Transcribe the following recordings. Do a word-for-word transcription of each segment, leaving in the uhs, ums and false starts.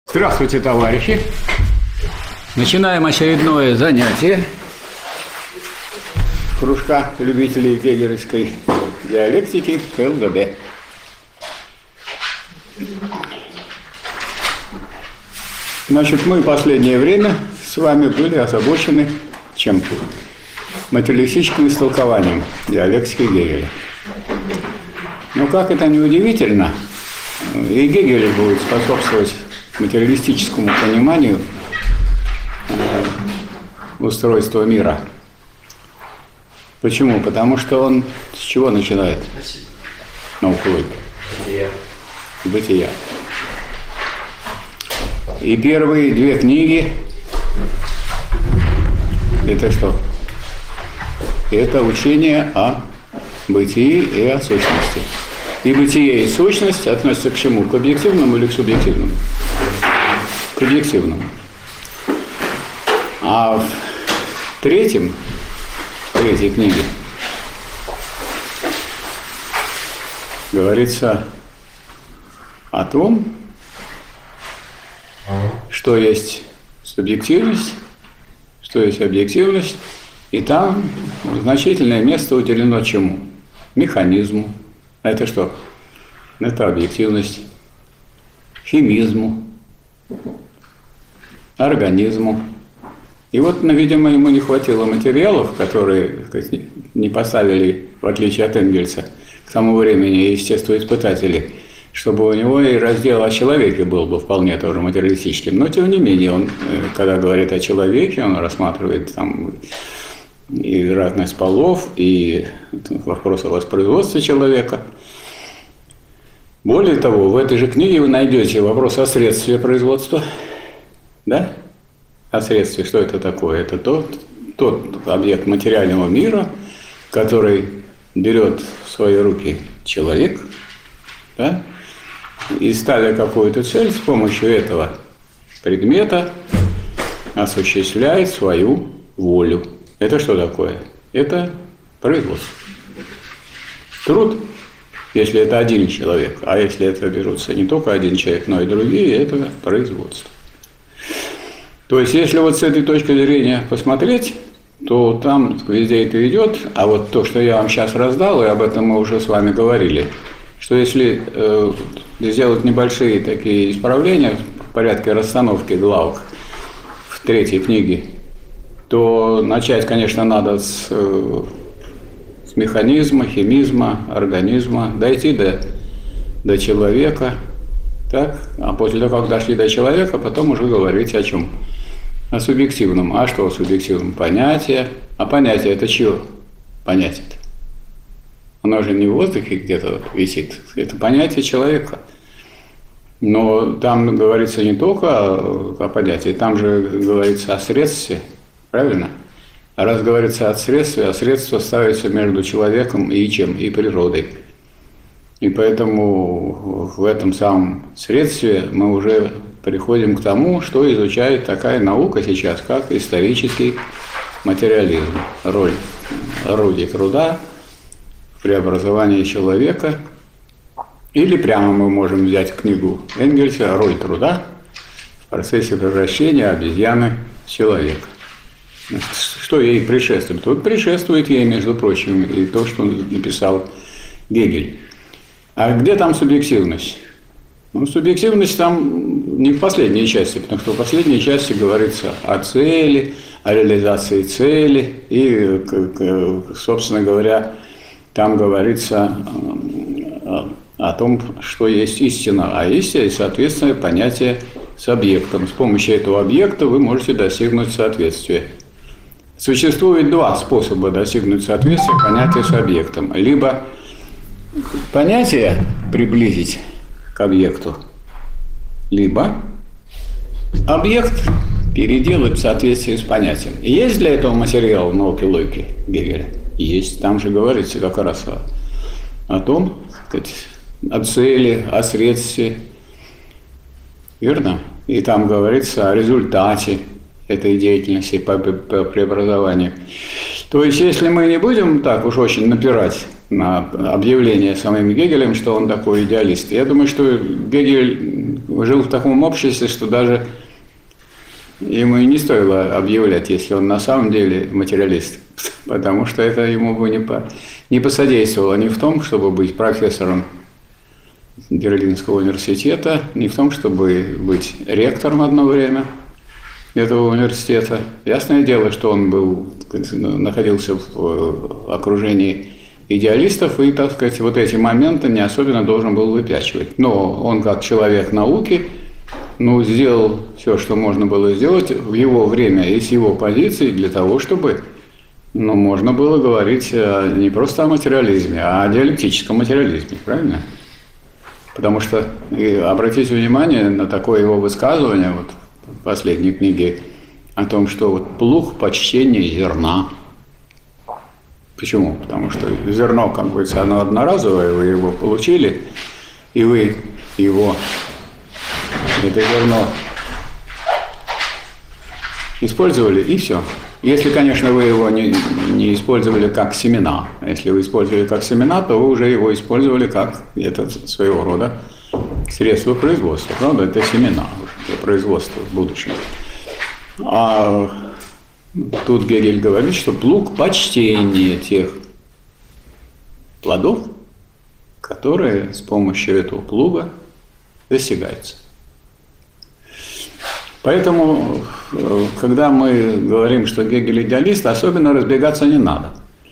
Здравствуйте, товарищи! Начинаем очередное занятие кружка любителей гегелевской диалектики ЛГД. Значит, мы в последнее время с вами были озабочены чем? Материалистическим истолкованием диалектики Гегеля. Но как это не удивительно, и Гегель будет способствовать материалистическому пониманию э, устройства мира. Почему? Потому что он с чего начинает науку логики? Бытия. Бытия. И первые две книги это что? Это учение о бытии и о сущности. И бытие, и сущность относятся к чему? К объективному или к субъективному? К объективному. А в третьем, в третьей книге говорится о том, что есть субъективность, что есть объективность, и там значительное место уделено чему? Механизму. Это что? Это объективность. Химизму. Организму. И вот, ну, видимо, ему не хватило материалов, которые, сказать, не поставили, в отличие от Энгельса, к тому времени естествоиспытатели, чтобы у него и раздел о человеке был бы вполне тоже материалистическим. Но, тем не менее, он, когда говорит о человеке, он рассматривает там и разность полов, и вопросы воспроизводства человека. Более того, в этой же книге вы найдете вопрос о средстве производства. Да? О средстве, что это такое? Это тот, тот объект материального мира, который берет в свои руки человек, да? И ставя какую-то цель, с помощью этого предмета осуществляет свою волю. Это что такое? Это производство. Труд, если это один человек, а если это берутся не только один человек, но и другие, это производство. То есть, если вот с этой точки зрения посмотреть, то там везде это идет, а вот то, что я вам сейчас раздал, и об этом мы уже с вами говорили, что если э, сделать небольшие такие исправления в порядке расстановки глав в третьей книге, то начать, конечно, надо с, э, с механизма, химизма, организма, дойти до, до человека, так? А после того, как дошли до человека, потом уже говорить о чем? О субъективном. А что о субъективном? Понятие. А понятие это чего? Понятие-то. Оно же не в воздухе где-то висит. Это понятие человека. Но там говорится не только о, о понятии, там же говорится о средстве. Правильно? А раз говорится о средстве, а средство ставится между человеком и чем? И природой. И поэтому в этом самом средстве мы уже приходим к тому, что изучает такая наука сейчас, как исторический материализм. Роль орудий труда в преобразовании человека. Или прямо мы можем взять книгу Энгельса «Роль труда в процессе превращения обезьяны в человека». Что ей предшествует? Тут предшествует ей, между прочим, и то, что написал Гегель. А где там субъективность? Ну, субъективность там не в последней части, потому что в последней части говорится о цели, о реализации цели, и, собственно говоря, там говорится о том, что есть истина, а истина, соответственно, понятие с объектом. С помощью этого объекта вы можете достигнуть соответствия. Существует два способа достигнуть соответствия понятия с объектом. Либо понятие приблизить к объекту, либо объект переделать в соответствии с понятием. И есть для этого материал в науке логики Гегеля? Есть. Там же говорится как раз о, о том, сказать, о цели, о средстве. Верно? И там говорится о результате этой деятельности по, по преобразованию. То есть, если мы не будем так уж очень напирать на объявление самим Гегелем, что он такой идеалист. Я думаю, что Гегель жил в таком обществе, что даже ему и не стоило объявлять, если он на самом деле материалист, потому что это ему бы не, по, не посодействовало ни в том, чтобы быть профессором Берлинского университета, ни в том, чтобы быть ректором одно время этого университета. Ясное дело, что он был, находился в окружении идеалистов и, так сказать, вот эти моменты не особенно должен был выпячивать. Но он, как человек науки, ну, сделал все, что можно было сделать в его время и с его позиции для того, чтобы, ну, можно было говорить не просто о материализме, а о диалектическом материализме, правильно? Потому что, и обратите внимание на такое его высказывание вот в последней книге о том, что вот плуг почтения зерна. Почему? Потому что зерно, как говорится, оно одноразовое, вы его получили, и вы его, это зерно, использовали, и все. Если, конечно, вы его не, не использовали как семена. Если вы использовали как семена, то вы уже его использовали как это своего рода средство производства. Правда, это семена для производства в будущем. А тут Гегель говорит, что плуг почтение тех плодов, которые с помощью этого плуга достигаются. Поэтому, когда мы говорим, что Гегель идеалист, особенно разбегаться не надо.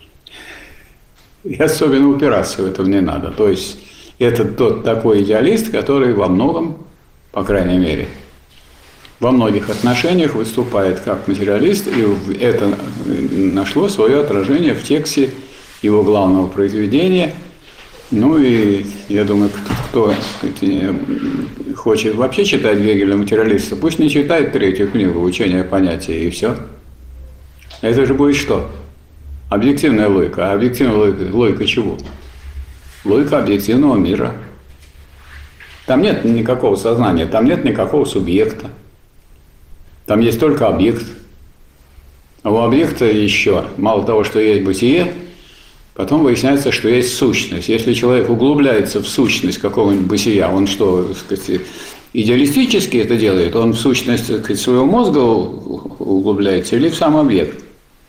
И особенно упираться в этом не надо. То есть это тот такой идеалист, который во многом, по крайней мере, во многих отношениях выступает как материалист, и это нашло свое отражение в тексте его главного произведения. Ну и я думаю, кто, кто сказать, хочет вообще читать Гегеля материалиста, пусть не читает третью книгу «Учение о понятии», и все. Это же будет что? Объективная логика. А объективная логика, логика чего? Логика объективного мира. Там нет никакого сознания, там нет никакого субъекта. Там есть только объект. А у объекта еще, мало того, что есть бытие, потом выясняется, что есть сущность. Если человек углубляется в сущность какого-нибудь бытия, он что, так сказать, идеалистически это делает? Он в сущность, так сказать, своего мозга углубляется или в сам объект?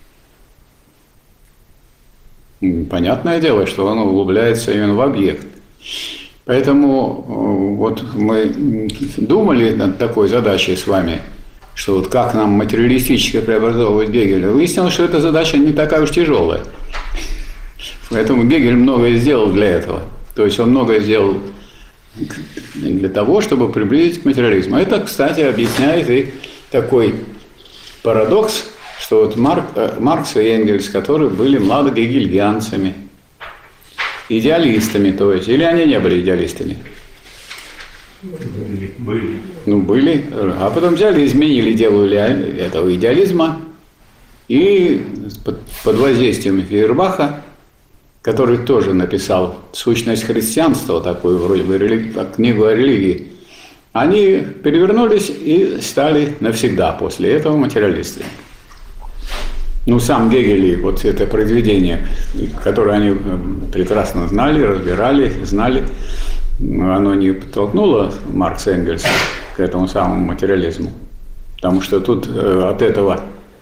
Понятное дело, что он углубляется именно в объект. Поэтому вот мы думали над такой задачей с вами, что вот как нам материалистически преобразовывать Гегеля. Выяснилось, что эта задача не такая уж тяжелая. Поэтому Гегель многое сделал для этого. То есть он многое сделал для того, чтобы приблизить к материализму. Это, кстати, объясняет и такой парадокс, что вот Марк, Маркс и Энгельс, которые были младогегельянцами, идеалистами, то есть, или они не были идеалистами? Были. были. Ну, были. А потом взяли, изменили дело этого идеализма, и под, под воздействием Фейербаха, который тоже написал «Сущность христианства», такую вроде бы религ... книгу о религии, они перевернулись и стали навсегда после этого материалистами. Ну, сам Гегель и вот это произведение, которое они прекрасно знали, разбирали, знали, оно не подтолкнуло Маркса и Энгельса к этому самому материализму. Потому что тут от этого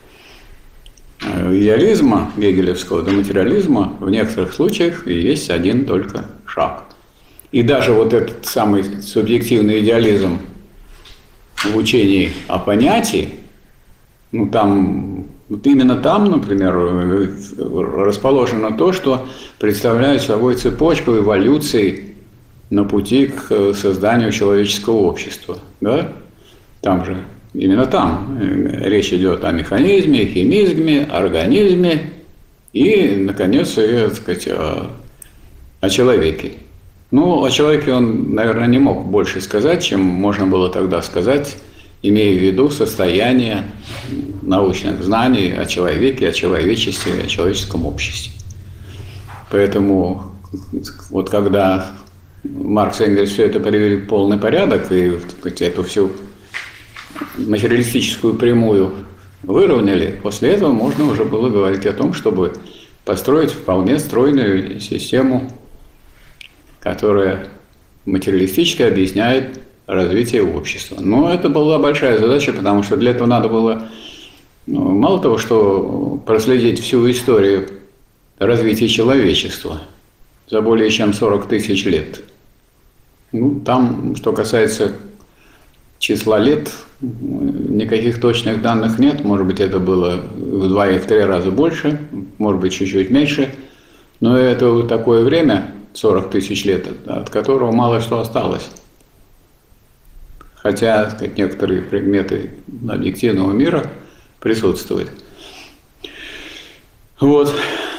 идеализма гегелевского до материализма в некоторых случаях и есть один только шаг. И даже вот этот самый субъективный идеализм в учении о понятии, ну там, вот именно там, например, расположено то, что представляет собой цепочку эволюции на пути к созданию человеческого общества. Да? Там же, именно там речь идет о механизме, химизме, организме и, наконец, и, так сказать, о, о человеке. Ну, о человеке он, наверное, не мог больше сказать, чем можно было тогда сказать, имея в виду состояние научных знаний о человеке, о человечестве, о человеческом обществе. Поэтому вот когда Маркс и Энгельс все это привели в полный порядок и, так сказать, эту всю материалистическую прямую выровняли, после этого можно уже было говорить о том, чтобы построить вполне стройную систему, которая материалистически объясняет развития общества. Но это была большая задача, потому что для этого надо было, ну, мало того, что проследить всю историю развития человечества за более чем сорок тысяч лет. Ну, там, что касается числа лет, никаких точных данных нет. Может быть, это было в два и в три раза больше, может быть, чуть-чуть меньше. Но это такое время, сорок тысяч лет, от которого мало что осталось. Хотя, так сказать, некоторые предметы объективного мира присутствуют. Вот.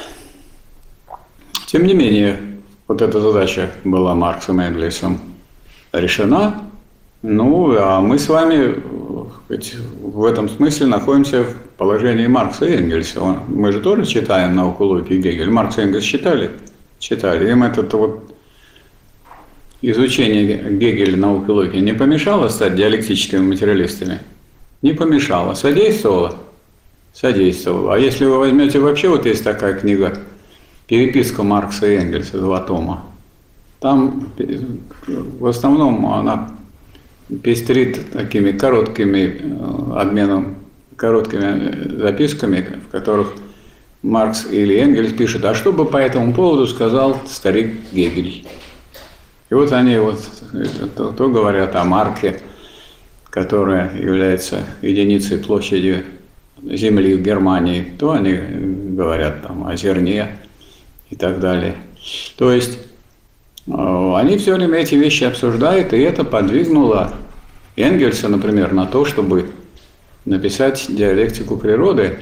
Тем не менее, вот эта задача была Марксом и Энгельсом решена. Ну, а мы с вами ведь в этом смысле находимся в положении Маркса и Энгельса. Мы же тоже читаем «Науку логики» Гегеля. Маркс и Энгельс читали? Читали. Им это вот изучение Гегеля «Науки логики» не помешало стать диалектическими материалистами? Не помешало. Содействовало? Содействовало. А если вы возьмете вообще, вот есть такая книга «Переписка Маркса и Энгельса», два тома. Там в основном она пестрит такими короткими обменом, короткими записками, в которых Маркс или Энгельс пишут, а что бы по этому поводу сказал старик Гегель. И вот они вот то, то говорят о марке, которая является единицей площади земли в Германии, то они говорят там о зерне и так далее. То есть они все время эти вещи обсуждают, и это подвигнуло Энгельса, например, на то, чтобы написать диалектику природы.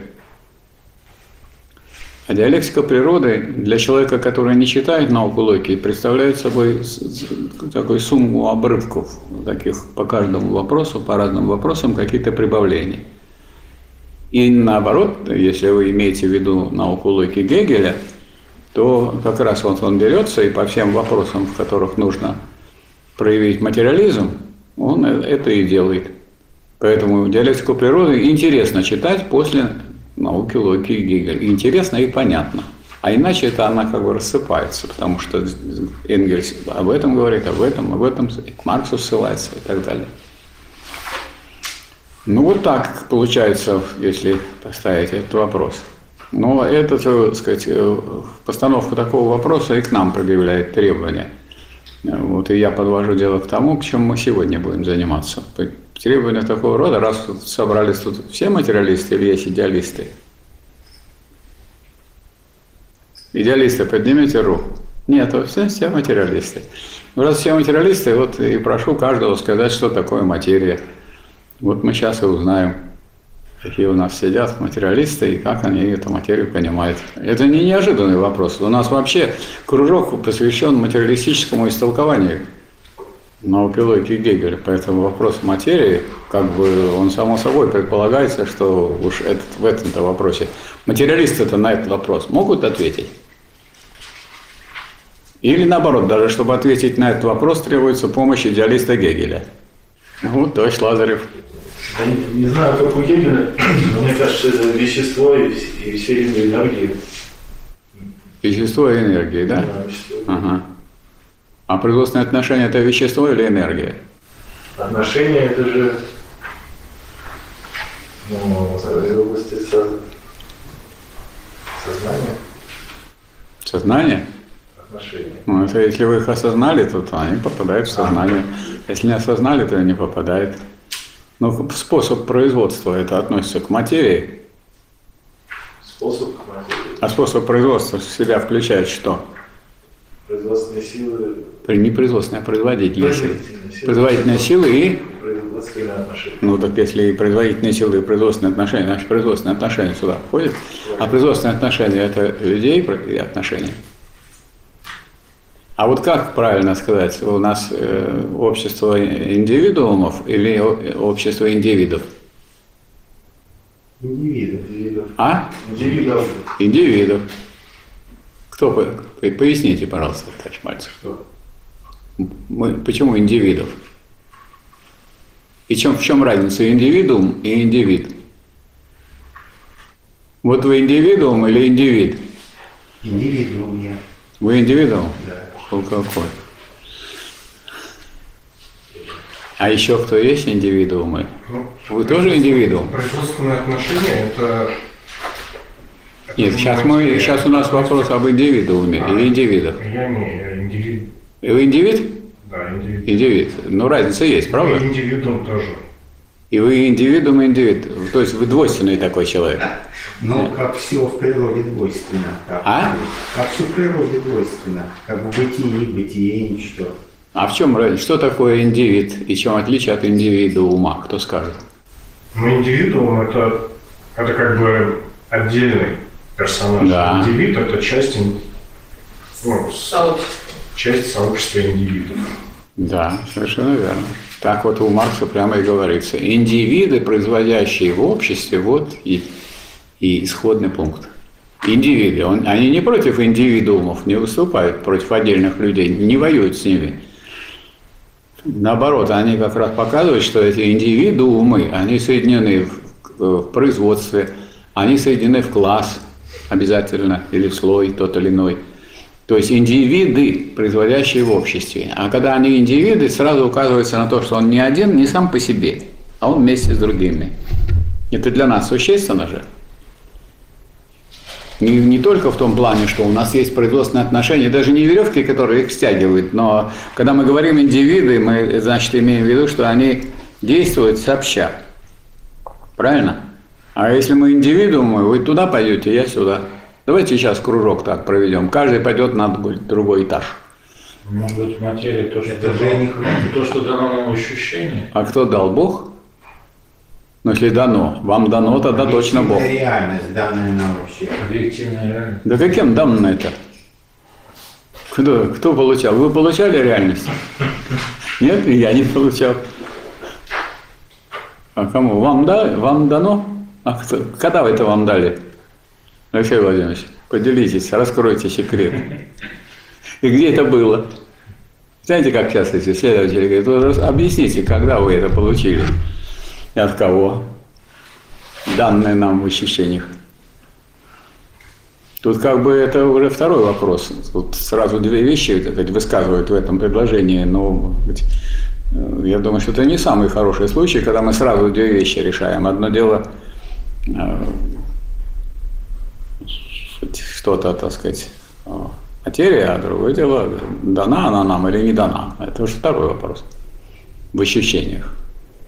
А диалектика природы для человека, который не читает науку логики, представляет собой такую сумму обрывков, таких по каждому вопросу, по разным вопросам какие-то прибавления. И наоборот, если вы имеете в виду науку логики Гегеля, то как раз вот он берется и по всем вопросам, в которых нужно проявить материализм, он это и делает. Поэтому диалектику природы интересно читать после науки логики Гегеля. Интересно и понятно. А иначе это она как бы рассыпается, потому что Энгельс об этом говорит, об этом, об этом, к Марксу ссылается и так далее. Ну вот так получается, если поставить этот вопрос. Но это, так сказать, постановка такого вопроса и к нам предъявляет требования. Вот и я подвожу дело к тому, к чему мы сегодня будем заниматься. Требования такого рода, раз собрались тут все материалисты или есть идеалисты? Идеалисты, поднимите руку. Нет, все, все материалисты. Раз все материалисты, вот и прошу каждого сказать, что такое материя. Вот мы сейчас и узнаем, какие у нас сидят материалисты и как они эту материю понимают. Это не неожиданный вопрос. У нас вообще кружок посвящен материалистическому истолкованию науки логики Гегеля. Поэтому вопрос материи, как бы он само собой предполагается, что уж этот, в этом-то вопросе материалисты-то на этот вопрос могут ответить? Или наоборот, даже чтобы ответить на этот вопрос, требуется помощь идеалиста Гегеля. Ну, товарищ Лазарев. Я не, не знаю, как у Гегеля, но мне кажется, это вещество и, и все энергии. Вещество и энергия, да? Да, вещество. Ага. А производственные отношения – это вещество или энергия? Отношения – это же ну, из области со... сознания. Сознание? Отношения. Ну, это если вы их осознали, то, то они попадают в сознание. Если не осознали, то не попадают. Ну, способ производства – это относится к материи. Способ к материи. А способ производства в себя включает что? Производственные силы. Не производственные, а производительные силы. силы. Производительные силы и… Производственные отношения. Ну, так если и производительные силы, и производственные отношения, значит, производственные отношения сюда входят. А производственные отношения – это людей и отношения. А вот как правильно сказать, у нас э, общество индивидуумов или общество индивидов? Индивидов. Индивидов. А? Индивидов. Индивидов. Кто? По, поясните, пожалуйста, товарищ Мальцев. Что? Мы, почему индивидов? И чем, в чем разница индивидуум и индивид? Вот вы индивидуум или индивид? Индивидуум я. Вы индивидуум? Да. Какой? А еще кто есть индивидуумы? Ну, Вы тоже индивидуум? Производственные отношения – это… Нет, сейчас, мы, сейчас у нас вопрос об индивидууме а, или индивидах. Я не я индивид. Вы индивид? Да, индивид. Индивид. Ну, разница есть, правда? И индивидуум тоже. И вы индивидуум, и индивид. То есть вы двойственный такой человек. Ну, как все в природе двойственно. Как, А? Как все в природе двойственно. Как в бытии, бытие, ничто. А в чем разница? Что такое индивид и чем отличие от индивидуума? Кто скажет? Ну, индивидуум – это, это как бы отдельный персонаж. Да. Индивид – это часть, ну, часть сообщества индивидов. Да, совершенно верно. Так вот у Маркса прямо и говорится. Индивиды, производящие в обществе, вот и, и исходный пункт. Индивиды, он, они не против индивидуумов, не выступают против отдельных людей, не воюют с ними. Наоборот, они как раз показывают, что эти индивидуумы, они соединены в, в производстве, они соединены в класс обязательно, или в слой тот или иной. То есть индивиды, производящие в обществе. А когда они индивиды, сразу указывается на то, что он не один, не сам по себе, а он вместе с другими. Это для нас существенно же. Не, не только в том плане, что у нас есть производственные отношения, даже не веревки, которые их стягивают, но когда мы говорим индивиды, мы, значит, имеем в виду, что они действуют сообща. Правильно? А если мы индивидуумы, вы туда пойдете, я сюда. Давайте сейчас кружок так проведем. Каждый пойдет на другой этаж. Может быть, материя то, что, Это же дано, не хватит. то, что дано нам ощущение. А кто дал? Бог? Ну, если дано, вам дано, тогда точно Бог. Это реальность, данная нам вообще. Объективная реальность. Да каким дано это? Кто, кто получал? Вы получали реальность? Нет, я не получал. А кому? Вам, да? Вам дано? А кто? Когда вы это вам дали? Алексей Владимирович, поделитесь, раскройте секрет. И где это было? Знаете, как сейчас эти следователи говорят, объясните, когда вы это получили? И от кого? Данные нам в ощущениях. Тут как бы это уже второй вопрос. Тут сразу две вещи, так сказать, высказывают в этом предложении, но я думаю, что это не самый хороший случай, когда мы сразу две вещи решаем. Одно дело что-то, так сказать, материя, а другое дело, дана она нам или не дана. Это уже второй вопрос в ощущениях.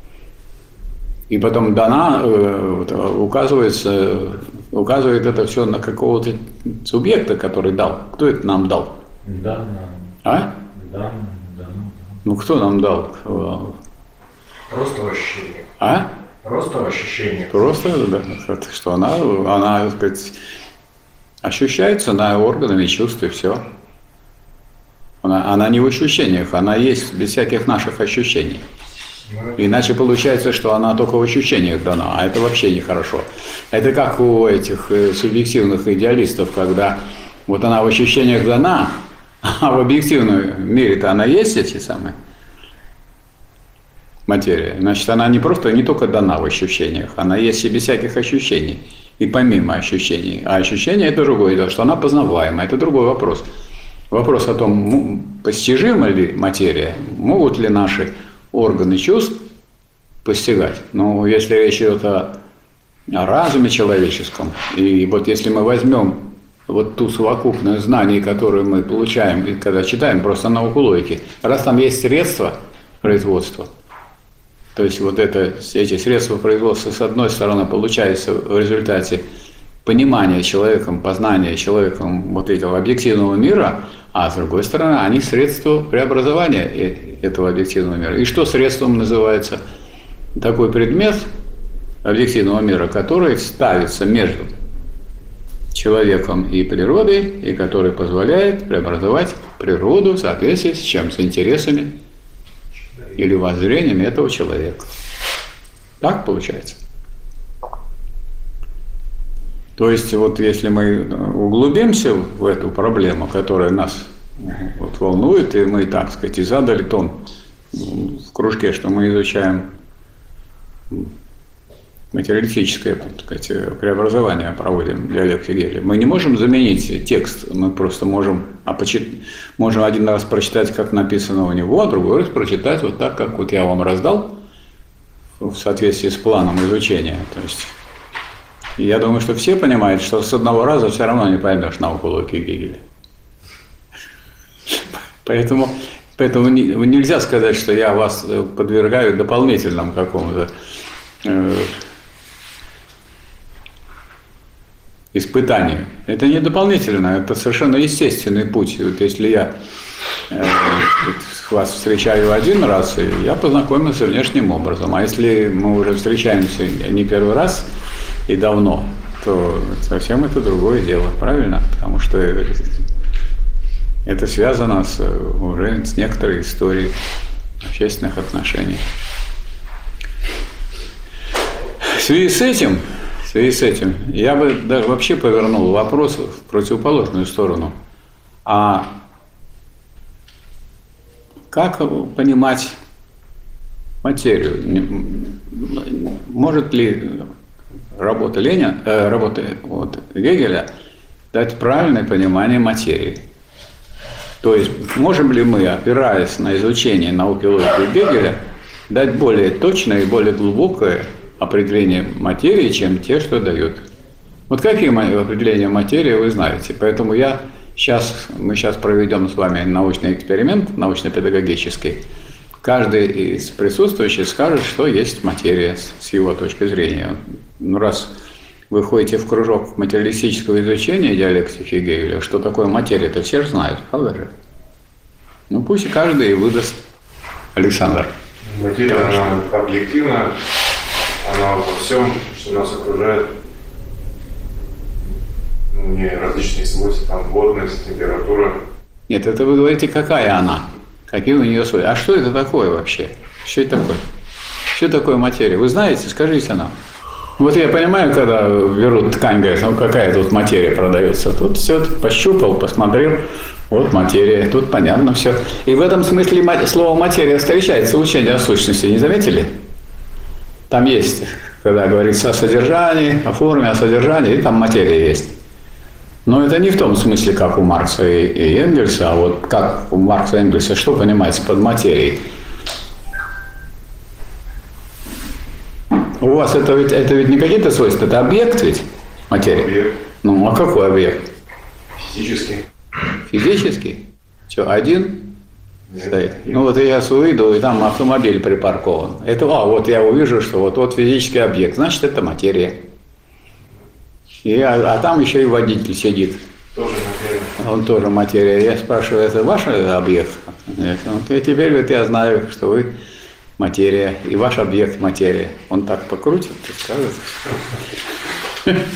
И потом дана, указывается, указывает это все на какого-то субъекта, который дал. Кто это нам дал? Да, А? да, да. Ну, кто нам дал? Просто в ощущениях. А? Просто в ощущениях. Просто, да, что она, она, так сказать, ощущается на органами чувств и все. Она, она не в ощущениях, она есть без всяких наших ощущений. Иначе получается, что она только в ощущениях дана, а это вообще нехорошо. Это как у этих субъективных идеалистов, когда вот она в ощущениях дана, а в объективном мире-то она есть, эти самые материя. Значит, она не просто, не только дана в ощущениях, она есть и без всяких ощущений, и помимо ощущений. А ощущение – это другое дело, что она познаваема, это другой вопрос. Вопрос о том, постижима ли материя, могут ли наши органы чувств постигать. Но если речь идет о, о разуме человеческом, и вот если мы возьмем вот ту совокупность знаний, которую мы получаем, когда читаем просто науку логики, раз там есть средства производства, то есть вот это, эти средства производства с одной стороны получается в результате понимания человеком, познания человеком вот этого объективного мира, а с другой стороны, они средства преобразования этого объективного мира. И что средством называется? Такой предмет объективного мира, который ставится между человеком и природой, и который позволяет преобразовать природу в соответствии с чем? С интересами или воззрениями этого человека. Так получается? То есть, вот если мы углубимся в эту проблему, которая нас вот, волнует, и мы, так сказать, и задали тон в кружке, что мы изучаем материалистическое, так сказать, преобразование проводим в диалектике Гегеля. Мы не можем заменить текст, мы просто можем, а почит, можем один раз прочитать, как написано у него, а другой раз прочитать вот так, как вот я вам раздал, в соответствии с планом изучения. То есть, я думаю, что все понимают, что с одного раза все равно не поймешь науку логики Гегеля. Поэтому, поэтому нельзя сказать, что я вас подвергаю дополнительному какому-то э, испытанию. Это не дополнительно, это совершенно естественный путь. Вот если я э, вас встречаю один раз, я познакомился внешним образом. А если мы уже встречаемся не первый раз и давно, то совсем это другое дело, правильно? Потому что это связано с, уже с некоторой историей общественных отношений. В связи с этим, в связи с этим я бы даже вообще повернул вопрос в противоположную сторону. А как понимать материю? Может ли работа Ленина, э, работа вот, Гегеля дать правильное понимание материи? То есть можем ли мы, опираясь на изучение науки логики Гегеля, дать более точное и более глубокое определение материи, чем те, что дают? Вот какие определения материи вы знаете? Поэтому я сейчас, мы сейчас проведем с вами научный эксперимент, научно-педагогический. Каждый из присутствующих скажет, что есть материя с его точки зрения. Ну, раз вы ходите в кружок материалистического изучения диалектики Гегеля, что такое материя, это все же знают, правда же? Ну пусть каждый выдаст. Александр. Материя, она объективна, она во всем, что нас окружает, у нее различные свойства, там водность, температура. Нет, это вы говорите, какая она, какие у нее свойства. А что это такое вообще? Что это такое? Что такое материя? Вы знаете? Скажите нам. Вот я понимаю, когда берут ткань, говорят, ну какая тут материя продается. Тут все пощупал, посмотрел, вот материя, тут понятно все. И в этом смысле слово материя встречается в учении о сущности, не заметили? Там есть, когда говорится о содержании, о форме, о содержании, и там материя есть. Но это не в том смысле, как у Маркса и, и Энгельса, а вот как у Маркса и Энгельса, что понимается под материей. У вас это ведь, это ведь не какие-то свойства, это объект ведь материи? Объект. Ну, а какой объект? Физический. Физический? Что, один Нет. стоит? Ну вот я выйду, и там автомобиль припаркован. Это, а, вот я увижу, что вот, вот физический объект, значит, это материя. И, а, а там еще и водитель сидит. Тоже материя. Он тоже материя. Я спрашиваю, это ваш объект? Нет. Вот, и теперь вот я знаю, что вы материя, и ваш объект материя. Он так покрутит и скажет.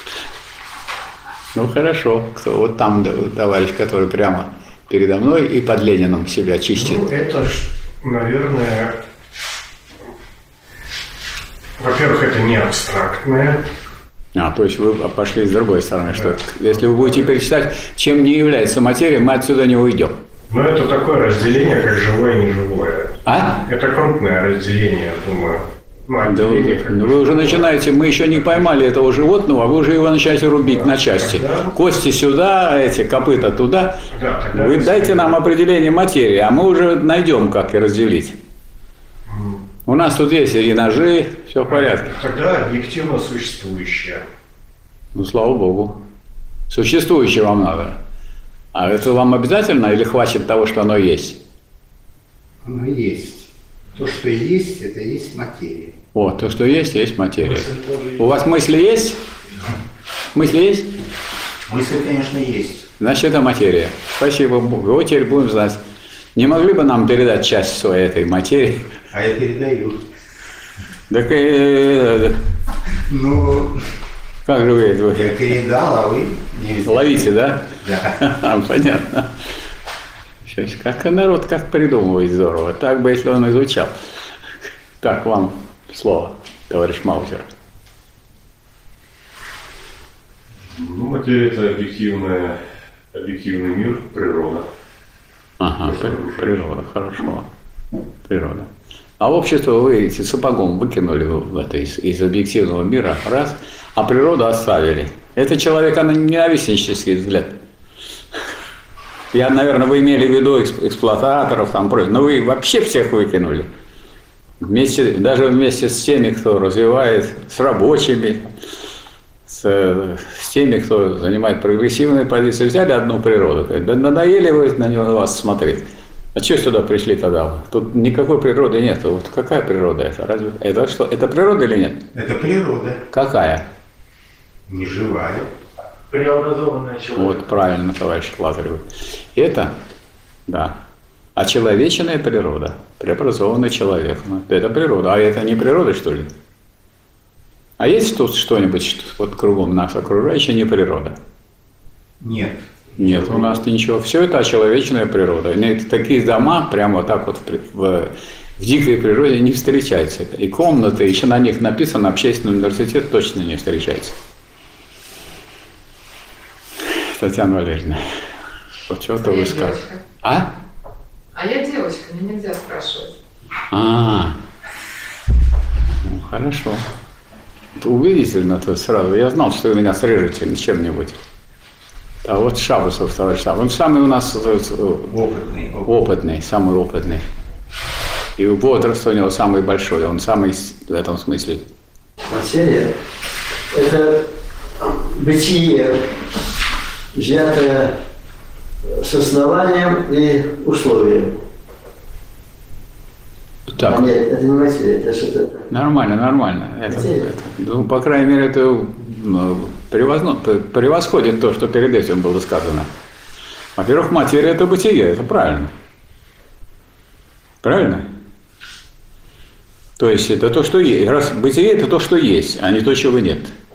Ну хорошо. Кто? Вот там товарищ, который прямо передо мной и под Лениным себя чистит. Ну, это ж, наверное, во-первых, это не абстрактное. А, то есть вы пошли с другой стороны, что если вы будете перечислять, чем не является материя, мы отсюда не уйдем. Ну, это такое разделение, как живое и неживое. А? Это крупное разделение, я думаю. Ну, Да вы, ну, вы уже начинаете, мы еще не поймали этого животного, а вы уже его начинаете рубить да, на части. Да. Кости сюда, эти копыта туда. Да, вы дайте нам определение материи, а мы уже найдем, как и разделить. Mm. У нас тут есть и ножи, все в порядке. Тогда объективно существующее. Ну, слава богу. Существующее вам надо. А это вам обязательно или хватит того, что оно есть? Оно есть. То, что есть, это есть материя. О, то, что есть, есть материя. У вас мысли есть? Мысли есть? Мысли, конечно, есть. Значит, это материя. Спасибо Богу. Вот теперь будем знать. Не могли бы нам передать часть своей этой материи? А я передаю. Так, э, ну, как же вы это? Я передал, а вы не ловите, да? Да. Понятно. Сейчас, как народ как придумывает здорово. Так бы, если он изучал. Так, вам слово, товарищ Маузер. Ну, материя – это объективная, объективный мир, природа. Ага, природа, хорошо. Природа. А общество вы эти сапогом выкинули в это, из, из объективного мира, раз, а природу оставили. Это человека на ненавистнический взгляд. Я, наверное, вы имели в виду эксплуататоров, там, но вы вообще всех выкинули. Вместе, даже вместе с теми, кто развивает, с рабочими, с, с теми, кто занимает прогрессивные позиции, взяли одну природу. Да надоели вы на него, на вас смотреть. А что сюда пришли тогда? Тут никакой природы нет. Вот какая природа это? Разве это что? Это природа или нет? Это природа. Какая? Неживая. Преобразованная человек. Вот правильно, товарищ Лазарев. Это, да, очеловеченная природа, преобразованный человек. Это природа. А это не природа, что ли? А есть тут что-нибудь вот кругом нас окружающее, не природа? Нет. Нет, у нас ничего. Все это очеловеченная природа. Нет, такие дома прямо вот так вот в, в, в дикой природе не встречаются. И комнаты, еще на них написано общественный университет, точно не встречается. Татьяна Валерьевна, вот что-то А вы я скажете. девочка. А? А я девочка, мне нельзя спрашивать. А, ну, хорошо. Убедительно то сразу. Я знал, что вы меня срежете чем-нибудь. А вот Шабусов, товарищ Шабусов. Он самый у нас Опытный. опытный, самый опытный. И возраст у него самый большой. Он самый в этом смысле. Материя – это бытие, взятое с основанием и условием. Так. А нет, это не материя, это что-то. Нормально, нормально. Это, это, ну, по крайней мере, это ну, превозно, превосходит то, что перед этим было сказано. Во-первых, материя – это бытие, это правильно. Правильно? То есть это то, что есть. Раз бытие – это то, что есть, а не то, чего нет.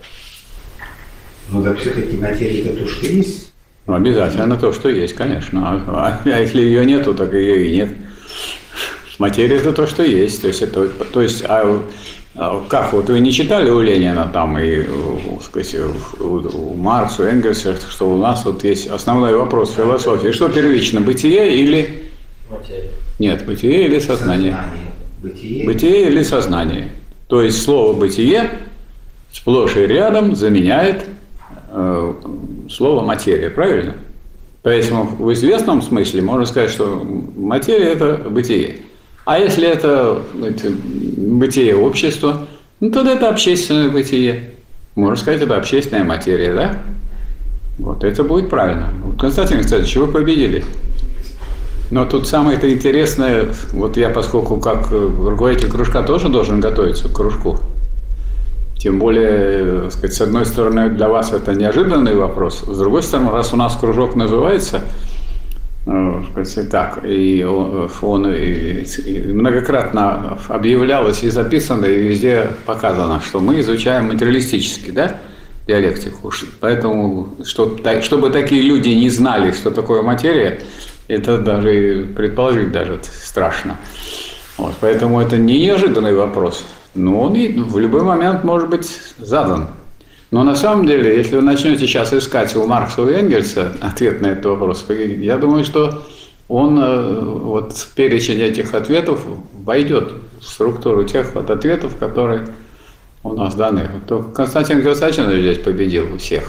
Ну да, все-таки материя это то, что есть. Ну, обязательно то, что есть, конечно. А, а если ее нету, так ее и нет. Материя – это то, что есть. То есть, это, то есть а, а как, вот вы не читали у Ленина там и у, сказать, у, у Маркса, у Энгельса, что у нас вот есть основной вопрос философии. Что первично, бытие или… Материя. Нет, бытие или сознание? Сознание. Бытие. Бытие или сознание. То есть слово «бытие» сплошь и рядом заменяет э, слово «материя», правильно? Поэтому в известном смысле можно сказать, что материя – это бытие. А если это, это бытие общества, ну, тогда это общественное бытие. Можно сказать, это общественная материя, да? Вот это будет правильно. Вот, Константин Константинович, вы победили. Но тут самое-то интересное, вот я, поскольку как руководитель кружка тоже должен готовиться к кружку, тем более, так сказать, с одной стороны, для вас это неожиданный вопрос, с другой стороны, раз у нас кружок называется, сказать, так, и он, он и, и многократно объявлялось и записано, и везде показано, что мы изучаем материалистически, да, диалектику. Поэтому, что, чтобы такие люди не знали, что такое материя, это даже предположить даже страшно. Вот, поэтому это не неожиданный вопрос. Но он и в любой момент может быть задан. Но на самом деле, если вы начнете сейчас искать у Маркса и Энгельса ответ на этот вопрос, я думаю, что он вот в перечень этих ответов войдет в структуру тех вот ответов, которые у нас даны. То Константин Константинович здесь победил у всех.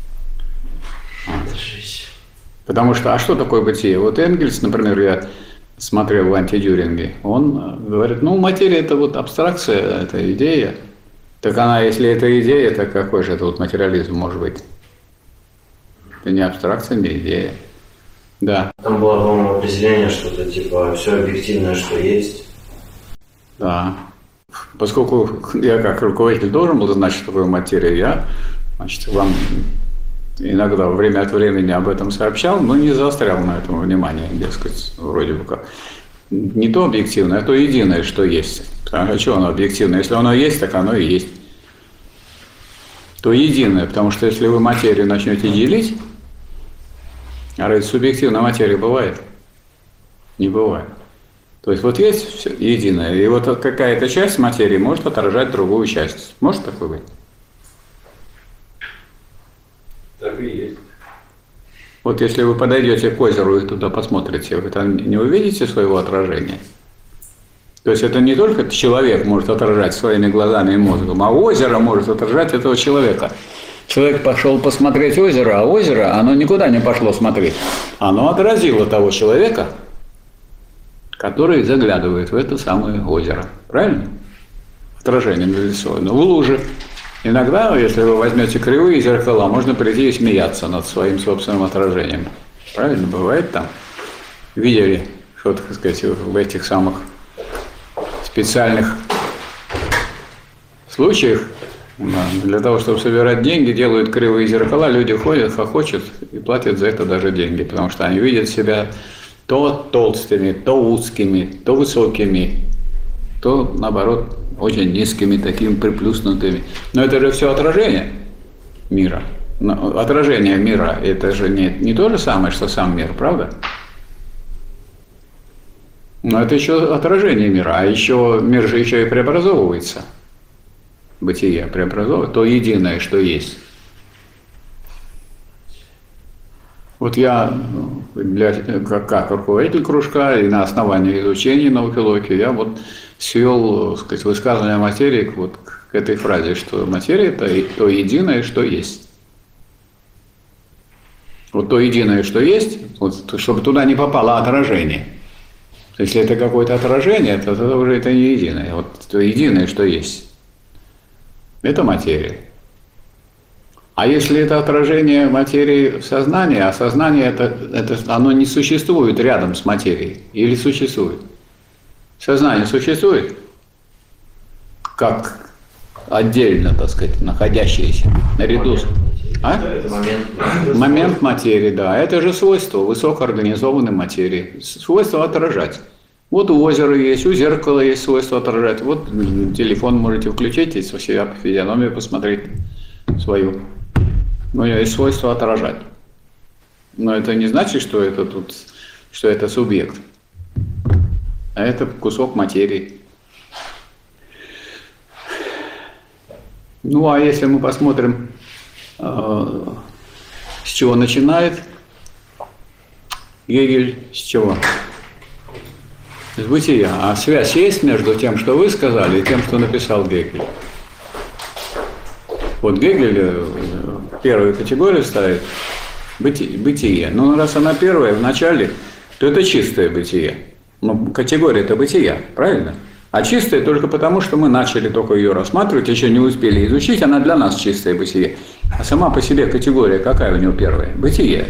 Вот. Потому что, а что такое бытие? Вот Энгельс, например, я смотрел в «Антидюринге», он говорит, ну, материя – это вот абстракция, это идея. Так она, если это идея, то какой же это вот материализм может быть? Это не абстракция, не идея. Да. Там было, по-моему, определение, что-то типа все объективное, что есть. Да. Поскольку я как руководитель должен был знать, что такое материя, я, значит, вам иногда время от времени об этом сообщал, но не заострял на этом внимание, дескать, вроде бы как. Не то объективное, а то единое, что есть. А что оно объективное? Если оно есть, так оно и есть. То единое, потому что если вы материю начнете делить, а разве субъективная материя бывает? Не бывает. То есть вот есть все единое, и вот какая-то часть материи может отражать другую часть. Может такое быть? Так и есть. Вот если вы подойдете к озеру и туда посмотрите, вы там не увидите своего отражения? То есть это не только человек может отражать своими глазами и мозгом, а озеро может отражать этого человека. Человек пошел посмотреть озеро, а озеро, оно никуда не пошло смотреть. Оно отразило того человека, который заглядывает в это самое озеро. Правильно? Отражение нарисовано. В луже. Иногда, если вы возьмете кривые зеркала, можно прийти и смеяться над своим собственным отражением. Правильно? Бывает там. Видели, что, так сказать, в этих самых специальных случаях, для того, чтобы собирать деньги, делают кривые зеркала, люди ходят, хохочут и платят за это даже деньги, потому что они видят себя то толстыми, то узкими, то высокими, то, наоборот, очень низкими, такими приплюснутыми. Но это же все отражение мира. Но отражение мира – это же не, не то же самое, что сам мир, правда? Но это еще отражение мира, а еще мир же еще и преобразовывается. Бытие преобразовывает то единое, что есть. Вот я для, как, как руководитель кружка и на основании изучения науки логики я вот свел, так сказать, высказывание материи вот к этой фразе, что материя – это то единое, что есть. Вот то единое, что есть, вот, чтобы туда не попало отражение. Если это какое-то отражение, то тогда уже это не единое. Вот то единое, что есть. Это материя. А если это отражение материи в сознании, а сознание это, это, оно не существует рядом с материей, или существует? Сознание существует как отдельно, так сказать, находящееся наряду с... А? Момент. Момент материи, да. Это же свойство высокоорганизованной материи. Свойство отражать. Вот у озера есть, у зеркала есть свойство отражать. Вот телефон можете включить и со себя физиономию посмотреть свою. У него есть свойство отражать. Но это не значит, что это тут, что это субъект. А это кусок материи. Ну а если мы посмотрим, э, с чего начинает Гегель, с чего? С бытия. А связь есть между тем, что вы сказали, и тем, что написал Гегель? Вот Гегель первую категорию ставит бытие. Но раз она первая в начале, то это чистое бытие. Но категория это бытия, правильно? А чистая только потому, что мы начали только ее рассматривать, еще не успели изучить, она для нас чистое бытие. А сама по себе категория какая у него первая? Бытие.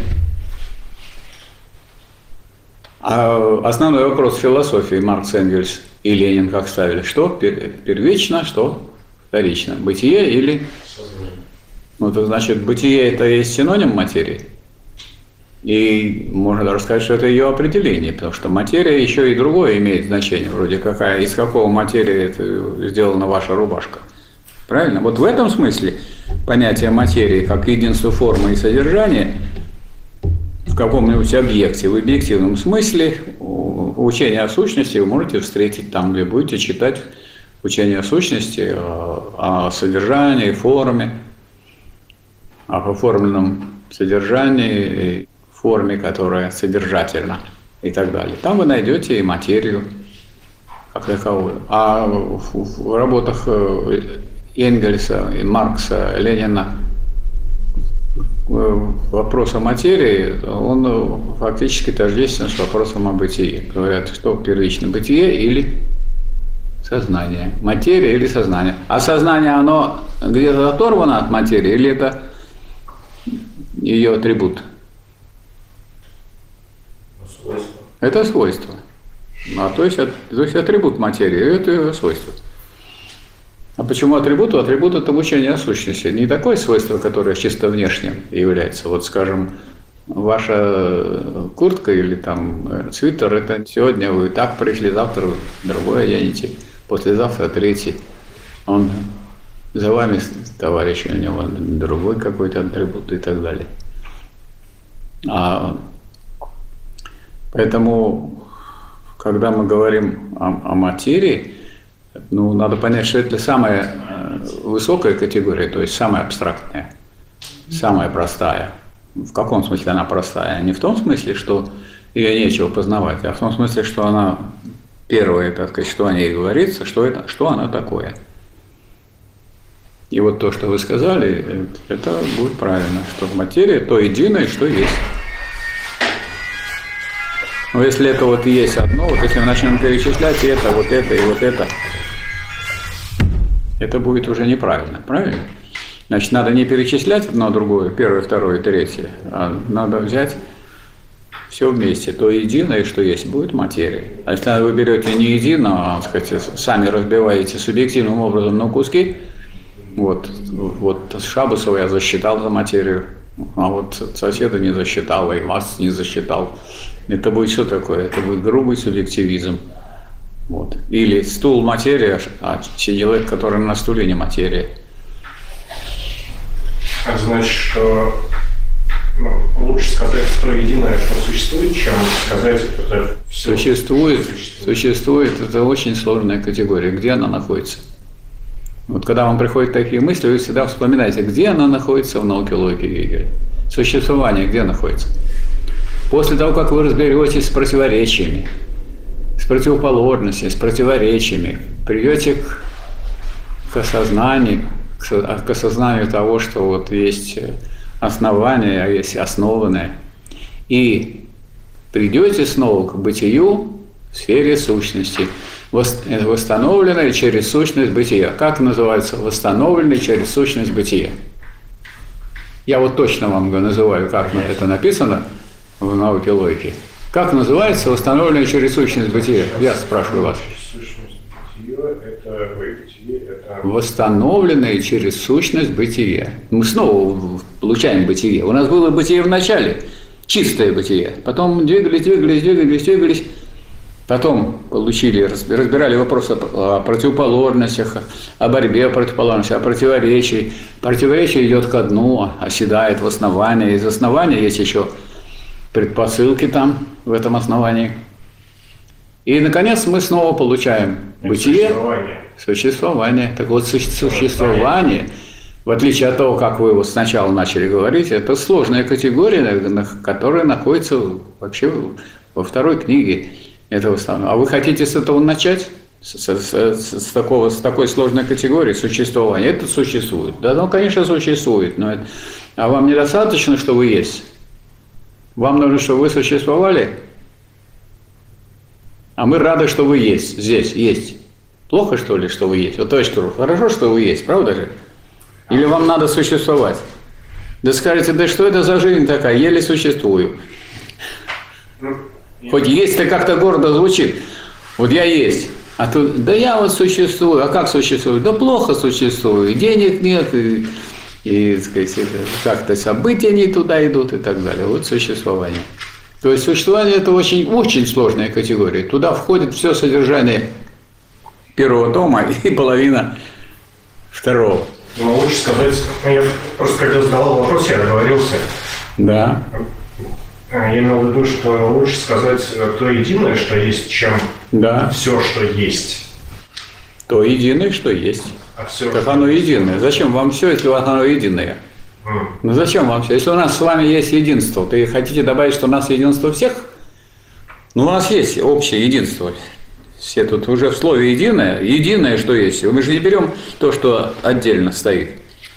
А основной вопрос философии Маркс, Энгельс и Ленин как ставили? Что первично, что вторично? Бытие или... Ну, это значит, бытие это есть синоним материи. И можно даже сказать, что это ее определение, потому что материя еще и другое имеет значение, вроде какая, из какого материи это сделана ваша рубашка. Правильно? Вот в этом смысле понятие материи как единство формы и содержания в каком-нибудь объекте, в объективном смысле, учение о сущности вы можете встретить там, где будете читать учение о сущности, о содержании, форме, об оформленном содержании, форме, которая содержательна и так далее. Там вы найдете и материю как таковую. А в, в работах Энгельса, и Маркса, Ленина вопрос о материи, он фактически тождествен с вопросом о бытии. Говорят, что первично, бытие или сознание. Материя или сознание. А сознание, оно где-то оторвано от материи или это ее атрибут? Свойство. Это свойство. А то есть, то есть атрибут материи, это ее свойство. А почему атрибут? Атрибут – это учение о сущности. Не такое свойство, которое чисто внешним является. Вот, скажем, ваша куртка или там свитер – это сегодня вы так пришли, завтра другое оденете, послезавтра третий. Он за вами, товарищ, у него другой какой-то атрибут и так далее. А поэтому, когда мы говорим о, о материи, ну, надо понять, что это самая высокая категория, то есть самая абстрактная, самая простая. В каком смысле она простая? Не в том смысле, что ее нечего познавать, а в том смысле, что она первое, так сказать, что о ней говорится, что, это, что она такое. И вот то, что вы сказали, это будет правильно, что материя то единое, что есть. Но если это вот есть одно, вот если мы начнем перечислять это, вот это и вот это, это будет уже неправильно, правильно? Значит, надо не перечислять одно другое, первое, второе, третье, а надо взять все вместе. То единое, что есть, будет материя. А если вы берете не едино, а, так сказать, сами разбиваете субъективным образом на куски, вот, вот Шабусова я засчитал за материю, а вот соседа не засчитал, и вас не засчитал. Это будет что такое? Это будет грубый субъективизм. Вот. Или стул материя, а человек, который на стуле, не материя. Это значит, что ну, лучше сказать, что единое, что существует, чем сказать, что это все существует, существует. Существует, это очень сложная категория. Где она находится? Вот когда вам приходят такие мысли, вы всегда вспоминаете, где она находится в науке логики. Существование где находится? После того, как вы разберетесь с противоречиями, с противоположностями, с противоречиями, придете к, к осознанию, к, к осознанию того, что вот есть основание, а есть основанное, и придете снова к бытию в сфере сущности, восстановленное через сущность бытия. Как называется восстановленное через сущность бытия? Я вот точно вам называю, как это написано в науке логики. Как называется восстановленное через сущность бытия? Я спрашиваю вас. Сущность бытия – это бытие, это… Восстановленное через сущность бытия. Мы снова получаем бытие. У нас было бытие в начале, чистое бытие. Потом двигались, двигались, двигались, двигались. Потом получили, разбирали вопросы о противоположностях, о борьбе противоположностей, о противоречии. Противоречие идет ко дну, оседает в основании. Из основания есть еще предпосылки там, в этом основании. И, наконец, мы снова получаем бытие, Существование. существование. Так вот, существование, в отличие от того, как вы вот сначала начали говорить, это сложная категория, которая находится вообще во второй книге этого основного. А вы хотите с этого начать? С, с, с, с, такого, с такой сложной категории существования? Это существует. Да, ну, конечно, существует. Но это... А вам недостаточно, что вы есть? Вам нужно, чтобы вы существовали? А мы рады, что вы есть, здесь, есть. Плохо, что ли, что вы есть? Вот товарищ Туров, хорошо, что вы есть, правда же? Или вам надо существовать? Да скажете, да что это за жизнь такая, еле существую. Хоть есть-то как-то гордо звучит. Вот я есть. А тут, да я вот существую. А как существую? Да плохо существую. Денег нет, и, и так сказать, как-то события не туда идут и так далее. Вот существование. То есть существование – это очень, очень сложная категория. Туда входит все содержание первого тома и половина второго. Ну, лучше сказать, я просто когда задавал вопрос, я договорился. Да. Я имел в виду, что лучше сказать то единое, что есть, чем да. все, что есть. То единое, что есть. А все, как оно единое. Зачем вам все, если у вас оно единое? Mm. Ну зачем вам все? Если у нас с вами есть единство, то хотите добавить, что у нас единство всех? Ну у нас есть общее единство. Все тут уже в слове единое. Единое, что есть. Мы же не берем то, что отдельно стоит.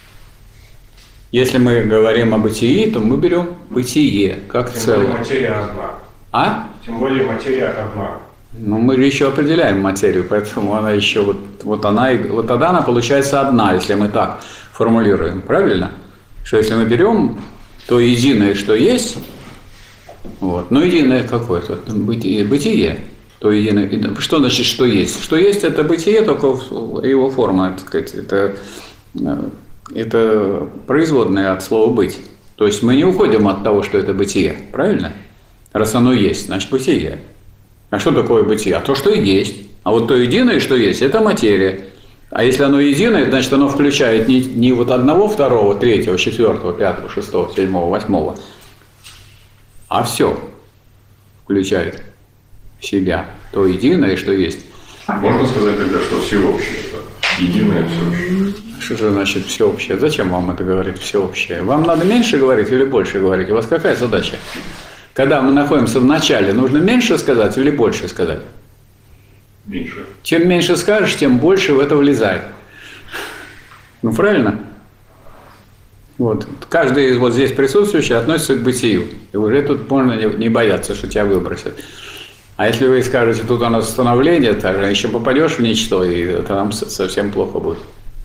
Если мы говорим о бытии, то мы берем бытие, как Тем целое. более материя одна. А? Тем более материя одна. Ну, мы еще определяем материю, поэтому она еще вот, вот она, вот тогда она получается одна, если мы так формулируем, правильно? Что если мы берем то единое, что есть, вот, ну единое какое-то, бытие, бытие, то единое, что значит, что есть? Что есть, это бытие, только его форма, так сказать, это, это производная от слова быть. То есть мы не уходим от того, что это бытие, правильно? Раз оно есть, значит бытие. А что такое бытие? А то, что есть. А вот то единое, что есть, это материя. А если оно единое, значит оно включает не, не вот одного, второго, третьего, четвертого, пятого, шестого, седьмого, восьмого, а все включает в себя. То единое, что есть. Можно сказать тогда, что всеобщее, это единое всеобщее? Что же значит всеобщее? Зачем вам это говорить всеобщее? Вам надо меньше говорить или больше говорить? У вас какая задача? Когда мы находимся в начале, нужно меньше сказать или больше сказать? Меньше. Чем меньше скажешь, тем больше в это влезает. Ну, правильно? Вот. Каждый из вот здесь присутствующих относится к бытию. И уже тут можно не, не бояться, что тебя выбросят. А если вы скажете, тут у нас становление, так еще попадешь в ничто, и это нам совсем плохо будет.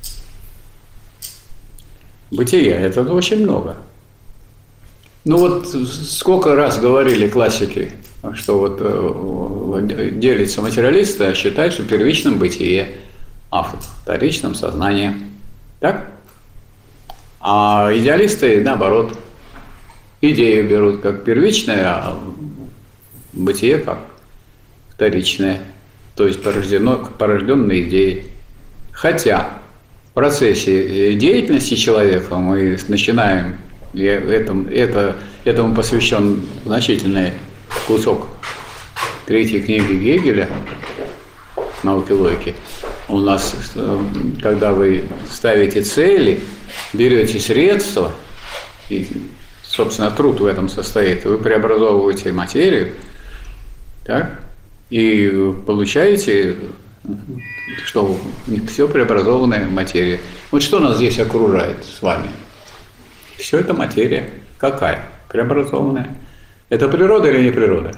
Бытие – это очень много. Ну вот сколько раз говорили классики, что вот э, делится материалисты, а считают, что первичным бытие, а вторичным сознание. Так? А идеалисты, наоборот, идею берут как первичное, а бытие как вторичное, то есть порождено, порожденной идеей. Хотя в процессе деятельности человека мы начинаем, и этому, это, этому посвящен значительный кусок третьей книги Гегеля «Науки логики». У нас, когда вы ставите цели, берете средства, и, собственно, труд в этом состоит, вы преобразовываете материю, так, и получаете, что все преобразованная материя. Вот что нас здесь окружает с вами? Все это материя. Какая? Преобразованная. Это природа или не природа?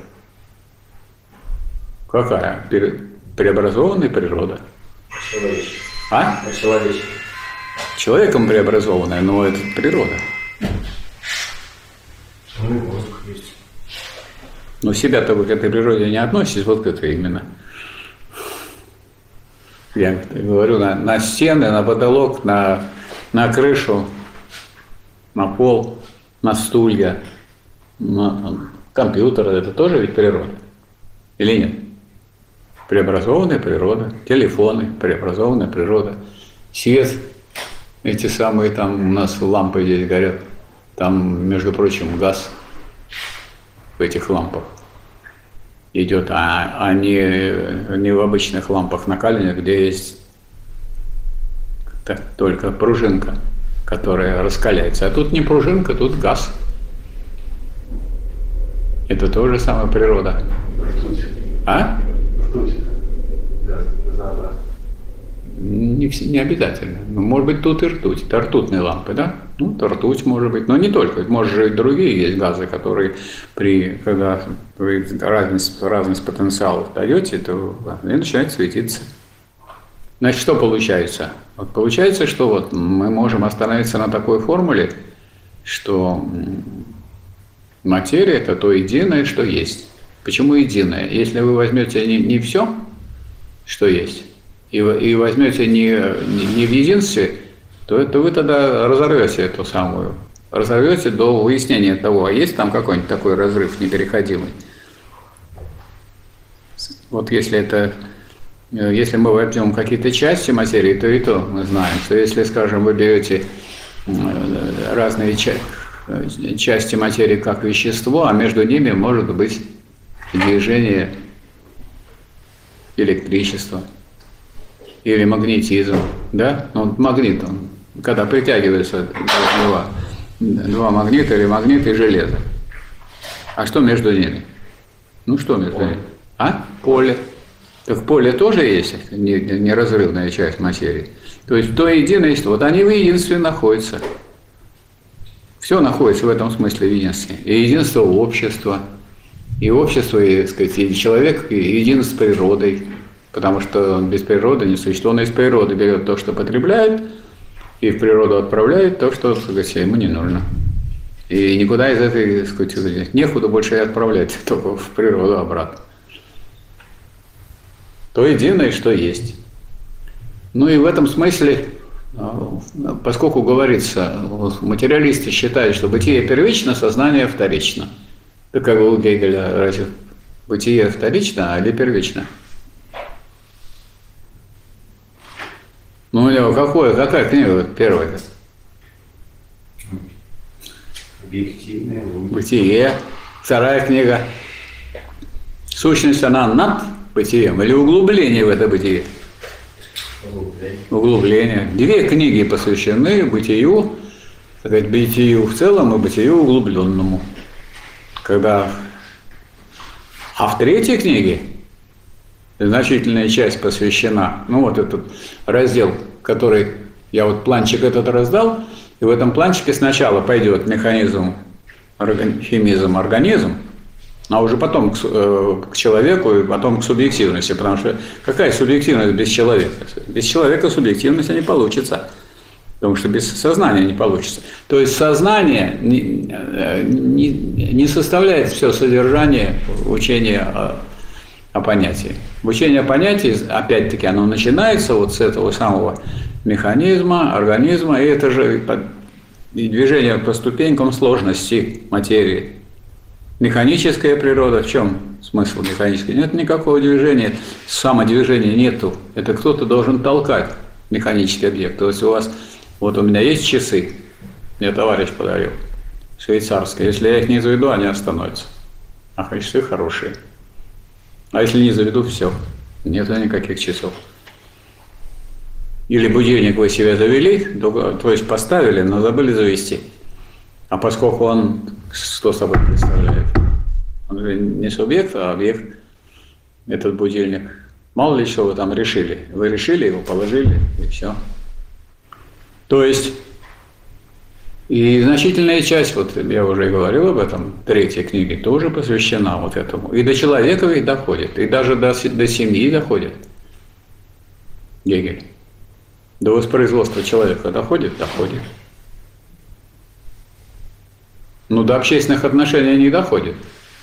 Какая? Преобразованная природа. Человечество. А? Человечество. Человеком преобразованная, но это природа. Ну и воздух есть. Но себя-то вы к этой природе не относитесь, вот к этой именно. Я говорю, на, на стены, на потолок, на, на крышу, на пол, на стулья, на компьютер, это тоже ведь природа. Или нет? Преобразованная природа, телефоны, преобразованная природа, свет, эти самые там у нас лампы здесь горят, там, между прочим, газ в этих лампах идет, а, а не, не в обычных лампах накаливания, где есть так, только пружинка, которая раскаляется. А тут не пружинка, тут газ. Это тоже самая природа. А? Не, не обязательно. Может быть, тут и ртуть. Это ртутные лампы, да? Ну, то ртуть может быть. Но не только. Может же и другие есть газы, которые, при, когда вы разность, разность потенциалов даете, то они начинают светиться. Значит, что получается? Вот получается, что вот мы можем остановиться на такой формуле, что материя – это то единое, что есть. Почему единое? Если вы возьмете не, не все, что есть, и, и возьмете не, не, не в единстве, то это вы тогда разорвете эту самую, разорвете до выяснения того, а есть там какой-нибудь такой разрыв непереходимый. Вот если это, если мы возьмем какие-то части материи, то и то мы знаем, что если, скажем, вы берете разные части материи как вещество, а между ними может быть движение электричества или магнетизм, да? Ну, магнит, он, когда притягиваются два, два магнита или магнит и железо. А что между ними? Ну, что между ними? А? Поле. Так поле тоже есть неразрывная часть материи. То есть то единое есть. Вот они в единстве находятся. Все находится в этом смысле в единстве. И единство общества, и общество, и, так сказать, и человек, и един с природой. Потому что без природы не существует. Он из природы берет то, что потребляет, и в природу отправляет то, что, так сказать, ему не нужно. И никуда из этой, так сказать, некуда больше и отправлять, только в природу обратно. То единое, что есть. Ну и в этом смысле, поскольку говорится, материалисты считают, что бытие первично, сознание вторично. Так как у Гегеля, разве бытие вторично или первично? Ну, у него какое, какая книга первая? Объективное. Бытие. Вторая книга. Сущность, она над бытием или углубление в это бытие? Углубление. Углубление. Две книги посвящены бытию, так сказать, бытию в целом и бытию углубленному. Когда... А в третьей книге значительная часть посвящена, ну вот этот раздел, который я вот планчик этот раздал, и в этом планчике сначала пойдет механизм, химизм, организм, а уже потом к, э, к человеку и потом к субъективности, потому что какая субъективность без человека? Без человека субъективности не получится, потому что без сознания не получится. То есть сознание не, не, не составляет все содержание учения о, о понятии. Учение о понятии, опять-таки, оно начинается вот с этого самого механизма, организма, и это же и движение по ступенькам сложности материи. Механическая природа, в чем смысл механической? Нет никакого движения, самодвижения нету. Это кто-то должен толкать механический объект. То есть у вас, вот у меня есть часы, мне товарищ подарил, швейцарские. Если я их не заведу, они остановятся. А часы хорошие. А если не заведу, все, нет никаких часов. Или будильник вы себе завели, то есть поставили, но забыли завести. А поскольку он что собой представляет? Он же не субъект, а объект, этот будильник. Мало ли что вы там решили. Вы решили, его положили, и все. То есть, и значительная часть, вот я уже и говорил об этом, третьей книги, тоже посвящена вот этому. И до человека ведь доходит, и даже до, до семьи доходит. Гегель. До воспроизводства человека доходит? Доходит. Ну, до общественных отношений не доходит.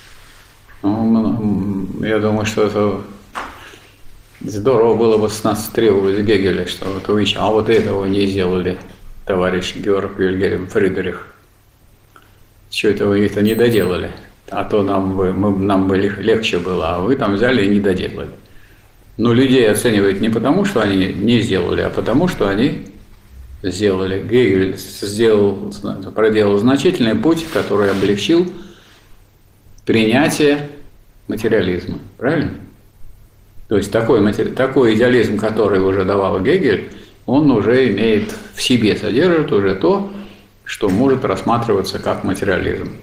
Ну, я думаю, что это здорово было бы с нас требовать Гегеля, что вот вы, а вот этого не сделали, товарищ Георг Вильгельм Фридрих. Что это вы это не доделали? А то нам бы, мы, нам бы легче было, а вы там взяли и не доделали. Но людей оценивают не потому, что они не сделали, а потому, что они сделали. Гегель сделал, проделал значительный путь, который облегчил принятие материализма. Правильно? То есть такой, такой идеализм, который уже давал Гегель, он уже имеет в себе, содержит уже то, что может рассматриваться как материализм.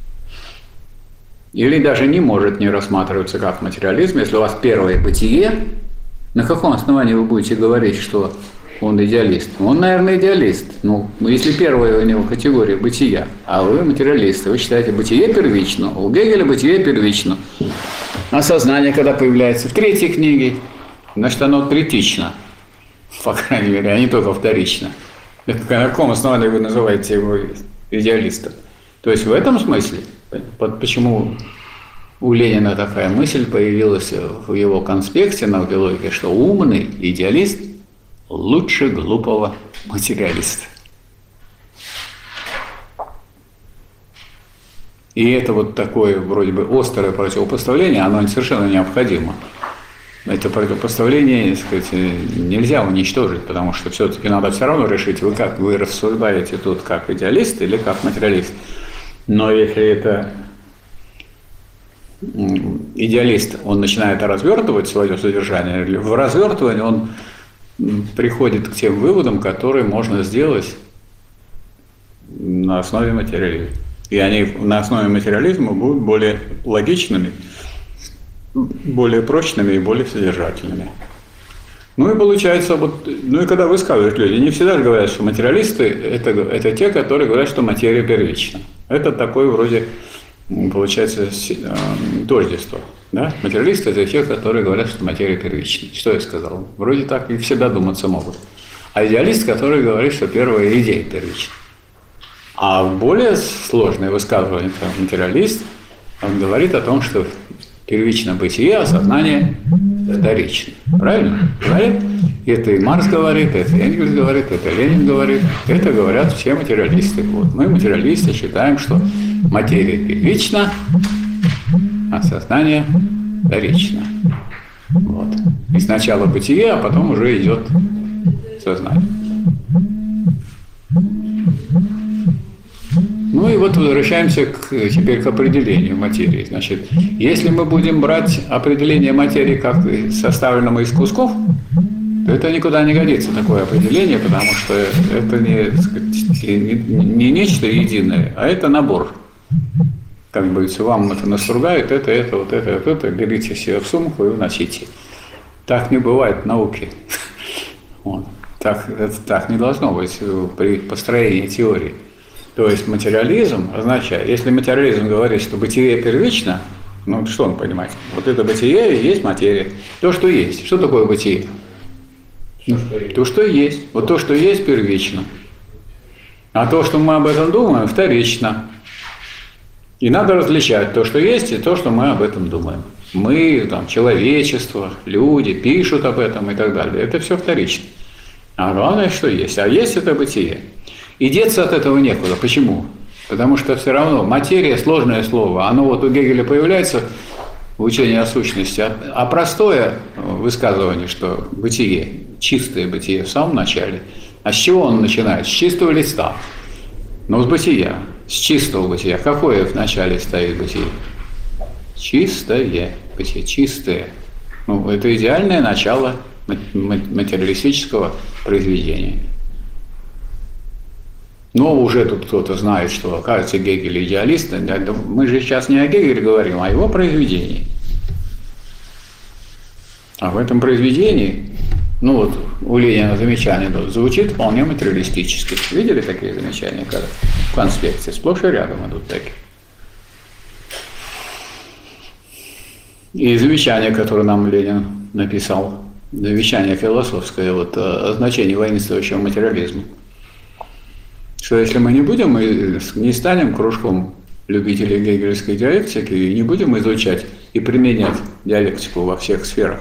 Или даже не может не рассматриваться как материализм, если у вас первое бытие, на каком основании вы будете говорить, что он идеалист? Он, наверное, идеалист. Ну, если первая у него категория бытия, а вы материалисты, вы считаете бытие первично, у Гегеля бытие первично. А сознание, когда появляется в третьей книге, значит, оно третично, по крайней мере, а не только вторично. На каком основании вы называете его идеалистом? То есть в этом смысле, почему у Ленина такая мысль появилась в его конспекте на логике, что умный идеалист лучше глупого материалиста. И это вот такое вроде бы острое противопоставление, оно совершенно необходимо. Это противопоставление, так сказать, нельзя уничтожить, потому что все-таки надо все равно решить, вы как, вы рассуждаете тут как идеалист или как материалист. Но если это идеалист, он начинает развертывать свое содержание, в развертывании он приходит к тем выводам, которые можно сделать на основе материализма. И они на основе материализма будут более логичными, более прочными и более содержательными. Ну и получается, вот, ну и когда высказывают люди, не всегда говорят, что материалисты это, это те, которые говорят, что материя первична. Это такое вроде, получается, тождество. Да? Материалисты это те, которые говорят, что материя первична. Что я сказал? Вроде так и всегда думаться могут. А идеалист, который говорит, что первая идея первична. А более сложное высказывание, материалист, он говорит о том, что первично бытие, а сознание вторично. Правильно? Говорит? Это и Маркс говорит, это Энгельс говорит, это Ленин говорит. Это говорят все материалисты. Вот. Мы, материалисты, считаем, что материя первична, а сознание вторично. Вот. И сначала бытие, а потом уже идет сознание. Ну и вот возвращаемся к, теперь к определению материи. Значит, если мы будем брать определение материи как составленного из кусков, то это никуда не годится, такое определение, потому что это не, так сказать, не, не нечто единое, а это набор. Как бы вам это настругают, это, это, вот это, вот это, берите себе в сумку и уносите. Так не бывает в науке. Вот. Так, это, так не должно быть при построении теории. То есть материализм означает, если материализм говорит, что бытие первично, ну что он понимает? Вот это бытие и есть материя. То, что есть. Что такое бытие? Все, что есть. То, что есть. Вот то, что есть, первично. А то, что мы об этом думаем, вторично. И надо различать то, что есть, и то, что мы об этом думаем. Мы, там, человечество, люди пишут об этом и так далее. Это все вторично. А главное, что есть. А есть это бытие. И деться от этого некуда. Почему? Потому что все равно материя – сложное слово. Оно вот у Гегеля появляется в учении о сущности. А простое высказывание, что бытие, чистое бытие в самом начале. А с чего он начинает? С чистого листа. Ну, с бытия. С чистого бытия. Какое в начале стоит бытие? Чистое бытие. Чистое. Ну, это идеальное начало материалистического произведения. Но уже тут кто-то знает, что, оказывается, Гегель идеалист. Мы же сейчас не о Гегеле говорим, а о его произведении. А в этом произведении, ну вот у Ленина замечание звучит вполне материалистически. Видели такие замечания, когда в конспекте? Сплошь и рядом идут такие. И замечание, которое нам Ленин написал, замечание философское, вот, о значении воинствующего материализма. Что если мы не будем, мы не станем кружком любителей гегельской диалектики и не будем изучать и применять диалектику во всех сферах,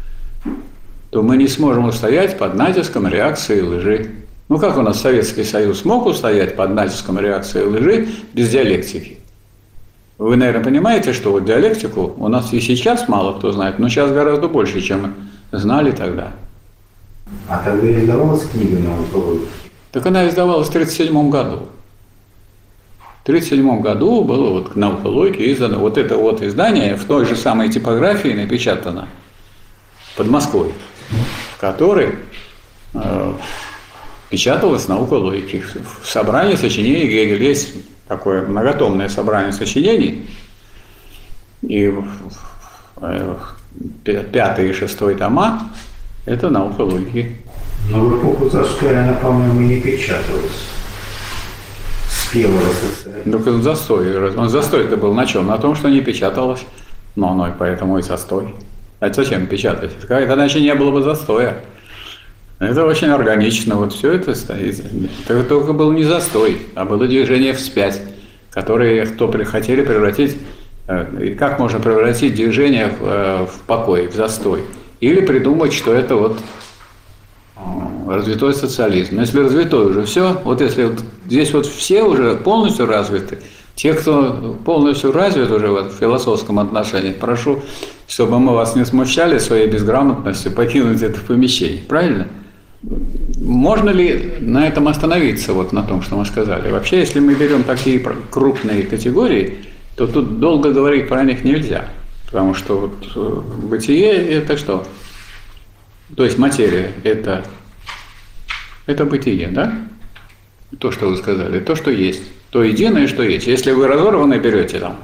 то мы не сможем устоять под натиском реакции лжи. Ну как у нас Советский Союз мог устоять под натиском реакции лжи без диалектики? Вы, наверное, понимаете, что вот диалектику у нас и сейчас мало кто знает, но сейчас гораздо больше, чем знали тогда. А тогда издавалась книга на онкологию? Так она издавалась в тридцать седьмом году. В тридцать седьмом году было вот на онкологии издано вот это вот издание в той же самой типографии напечатано под Москвой, в которой э, печаталось наука логики. В собрании сочинений Гегеля есть такое многотомное собрание сочинений, и э, пятый и шестой тома – это наука логики. Но в эпоху застоя она, по-моему, не печаталась. С первого состояния. Ну, застой. Он застой-то был на чем? На том, что не печаталось. Но оно и поэтому и застой. А зачем печатать? Иначе не было бы застоя. Это очень органично. Вот все это стоит. Это только был не застой, а было движение вспять, которое кто хотели превратить. И как можно превратить движение в, в покой, в застой? Или придумать, что это вот развитой социализм. Но если развитой уже все, вот если вот здесь вот все уже полностью развиты, те, кто полностью развит уже в философском отношении, прошу, чтобы мы вас не смущали своей безграмотностью, покинуть это помещение. Правильно? Можно ли на этом остановиться, вот на том, что мы сказали? Вообще, если мы берем такие крупные категории, то тут долго говорить про них нельзя. Потому что вот бытие – это что? То есть материя – это, это бытие, да? То, что вы сказали, то, что есть. То единое, что есть. Если вы разорванно берете там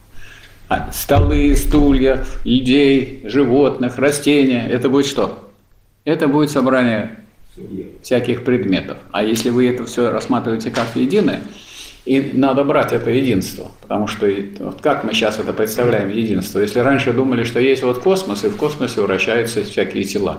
столы, стулья, людей, животных, растения, это будет что? Это будет собрание всяких предметов. А если вы это все рассматриваете как единое, и надо брать это единство, потому что вот как мы сейчас это представляем, единство? Если раньше думали, что есть вот космос, и в космосе вращаются всякие тела.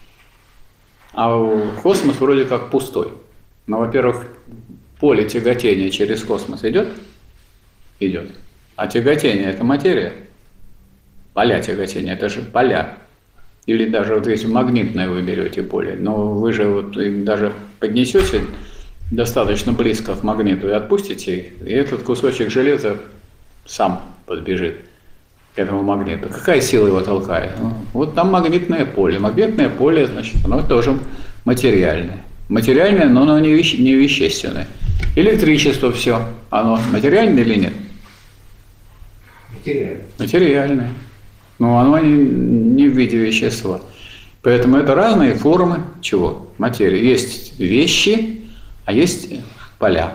А космос вроде как пустой. Но, во-первых, поле тяготения через космос идет? Идет. А тяготение – это материя. Поля тяготения – это же поля. Или даже вот если магнитное вы берете поле, но вы же вот даже поднесете достаточно близко к магниту и отпустите, и этот кусочек железа сам подбежит к этому магниту. Какая сила его толкает? Вот там магнитное поле. Магнитное поле, значит, оно тоже материальное. Материальное, но оно не, веще, не вещественное. Электричество все, оно материальное или нет? Материальное. Материальное. Но оно не, не в виде вещества. Поэтому это разные формы чего? Материи. Есть вещи, а есть поля.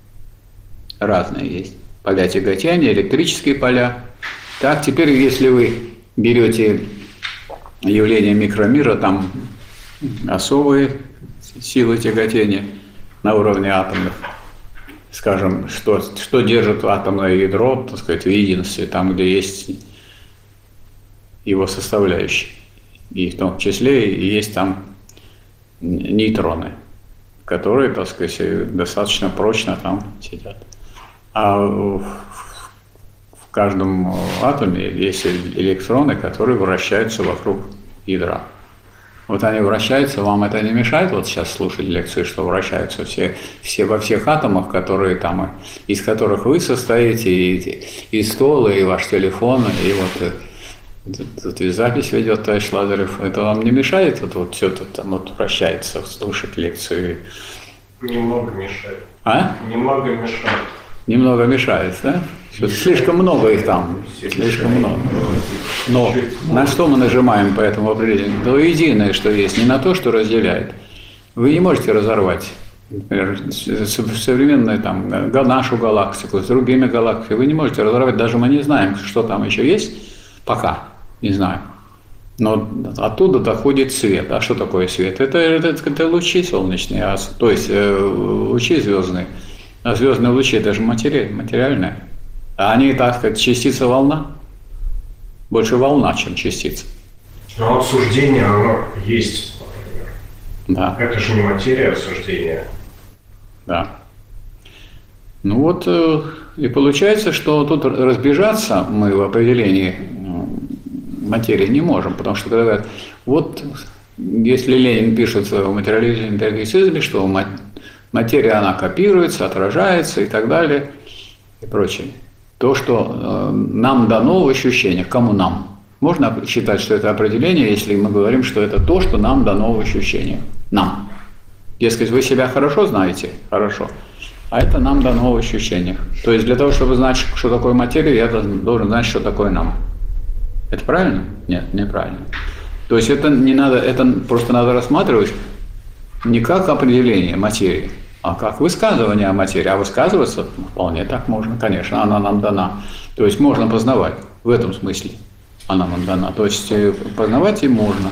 Разные есть. Поля тяготения, электрические поля. Так, теперь, если вы берете явления микромира, там особые силы тяготения на уровне атомов. Скажем, что, что держит атомное ядро, так сказать, в единстве, там, где есть его составляющие. И в том числе и есть там нейтроны, которые, так сказать, достаточно прочно там сидят. А в, в каждом атоме есть электроны, которые вращаются вокруг ядра. Вот они вращаются, вам это не мешает вот сейчас слушать лекции, что вращаются все, все во всех атомах, которые там, из которых вы состоите, и, и стол, и ваш телефон, и вот тут и запись ведет товарищ Лазарев. Это вам не мешает? Вот, вот все тут там вот вращается, слушать лекцию? Немного мешает. А? Немного мешает. Немного мешает, да? Слишком много их там, слишком много. Но на что мы нажимаем по этому определению? То единое, что есть, не на то, что разделяет. Вы не можете разорвать, например, современную там, нашу галактику с другими галактиками. Вы не можете разорвать, даже мы не знаем, что там еще есть, пока не знаем. Но оттуда доходит свет. А что такое свет? Это, это, это лучи солнечные, а, то есть э, лучи звездные. А звездные лучи – это же материя, материальная. А они, так сказать, частица-волна. Больше волна, чем частица. Но вот суждение, оно есть, например. Да. Это же не материя, а суждение. Да. Ну вот, э, и получается, что тут разбежаться мы в определении материи не можем, потому что когда говорят, вот если Ленин пишет в материализме и эмпирицизме, что материя, она копируется, отражается и так далее, и прочее. То, что э, нам дано в ощущениях, кому нам? Можно считать, что это определение, если мы говорим, что это то, что нам дано в ощущениях. Нам. Дескать, вы себя хорошо знаете? Хорошо. А это нам дано в ощущениях. То есть для того, чтобы знать, что такое материя, я должен знать, что такое нам. Это правильно? Нет, неправильно. То есть это не надо, это просто надо рассматривать не как определение материи, а как высказывание о материи. А высказываться вполне так можно, конечно, она нам дана. То есть можно познавать, в этом смысле она нам дана. То есть познавать и можно.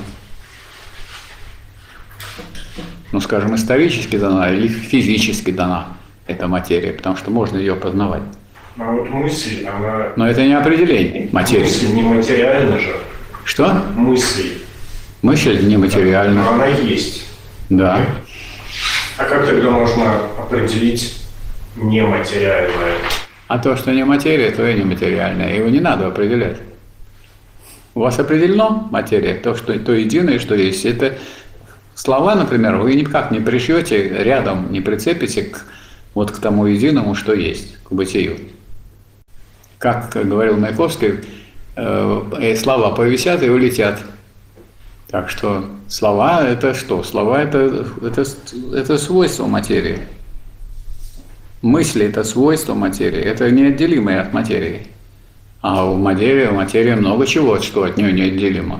Ну, скажем, исторически дана или физически дана эта материя, потому что можно ее познавать. А вот мысль, она... Но это не определение материи. Мысль нематериальна же. Что? Мысль. Мысль нематериальна. Но она есть. Да. А как тогда можно определить нематериальное? А то, что не материя, то и нематериальное. Его не надо определять. У вас определено материя, то, что, то единое, что есть. Это слова, например, вы никак не пришьете рядом, не прицепите к, вот к тому единому, что есть, к бытию. Как говорил Маяковский, э, слова повисят и улетят. Так что слова – это что? Слова – это, это, это свойство материи. Мысли – это свойство материи, это неотделимое от материи. А у материи, у материи много чего, что от нее неотделимо.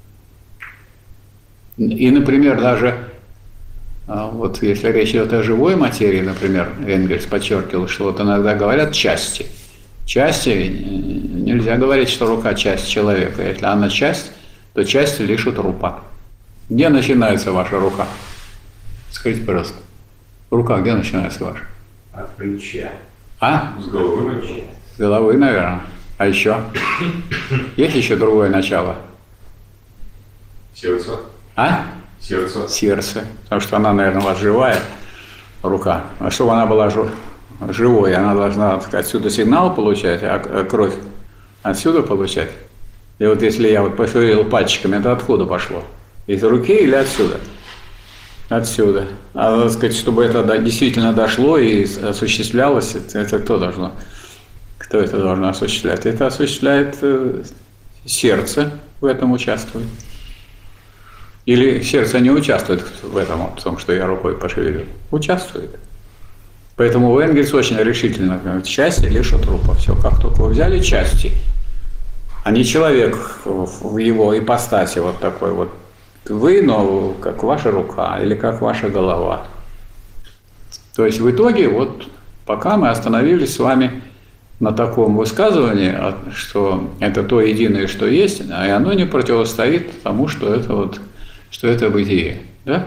И, например, даже вот если речь идет о живой материи, например, Энгельс подчеркивал, что вот иногда говорят части. Части нельзя говорить, что рука – часть человека. Если она часть, то часть лишь у трупа. Где начинается ваша рука? Скажите, пожалуйста. Рука где начинается ваша? От плеча. А? С головы начала. С головы, наверное. А еще? Есть еще другое начало? Сердце. А? Сердце. Сердце. Потому что она, наверное, у вас живая рука. А чтобы она была живой, она должна, так сказать, отсюда сигнал получать, а кровь отсюда получать. И вот если я вот пошевелил пальчиками, это откуда пошло? Из руки или отсюда? Отсюда. А, так сказать, чтобы это действительно дошло и осуществлялось, это, это кто должно? Кто это должно осуществлять? Это осуществляет э, сердце, в этом участвует. Или сердце не участвует в этом, в том, что я рукой пошевелил? Участвует. Поэтому Энгельс очень решительно говорит, части лишь от трупа. Все, как только вы взяли части, а не человек в его ипостаси вот такой вот. Вы, но как ваша рука или как ваша голова. То есть в итоге, вот пока мы остановились с вами на таком высказывании, что это то единое, что есть, и оно не противостоит тому, что это, вот, что это бытие. Да?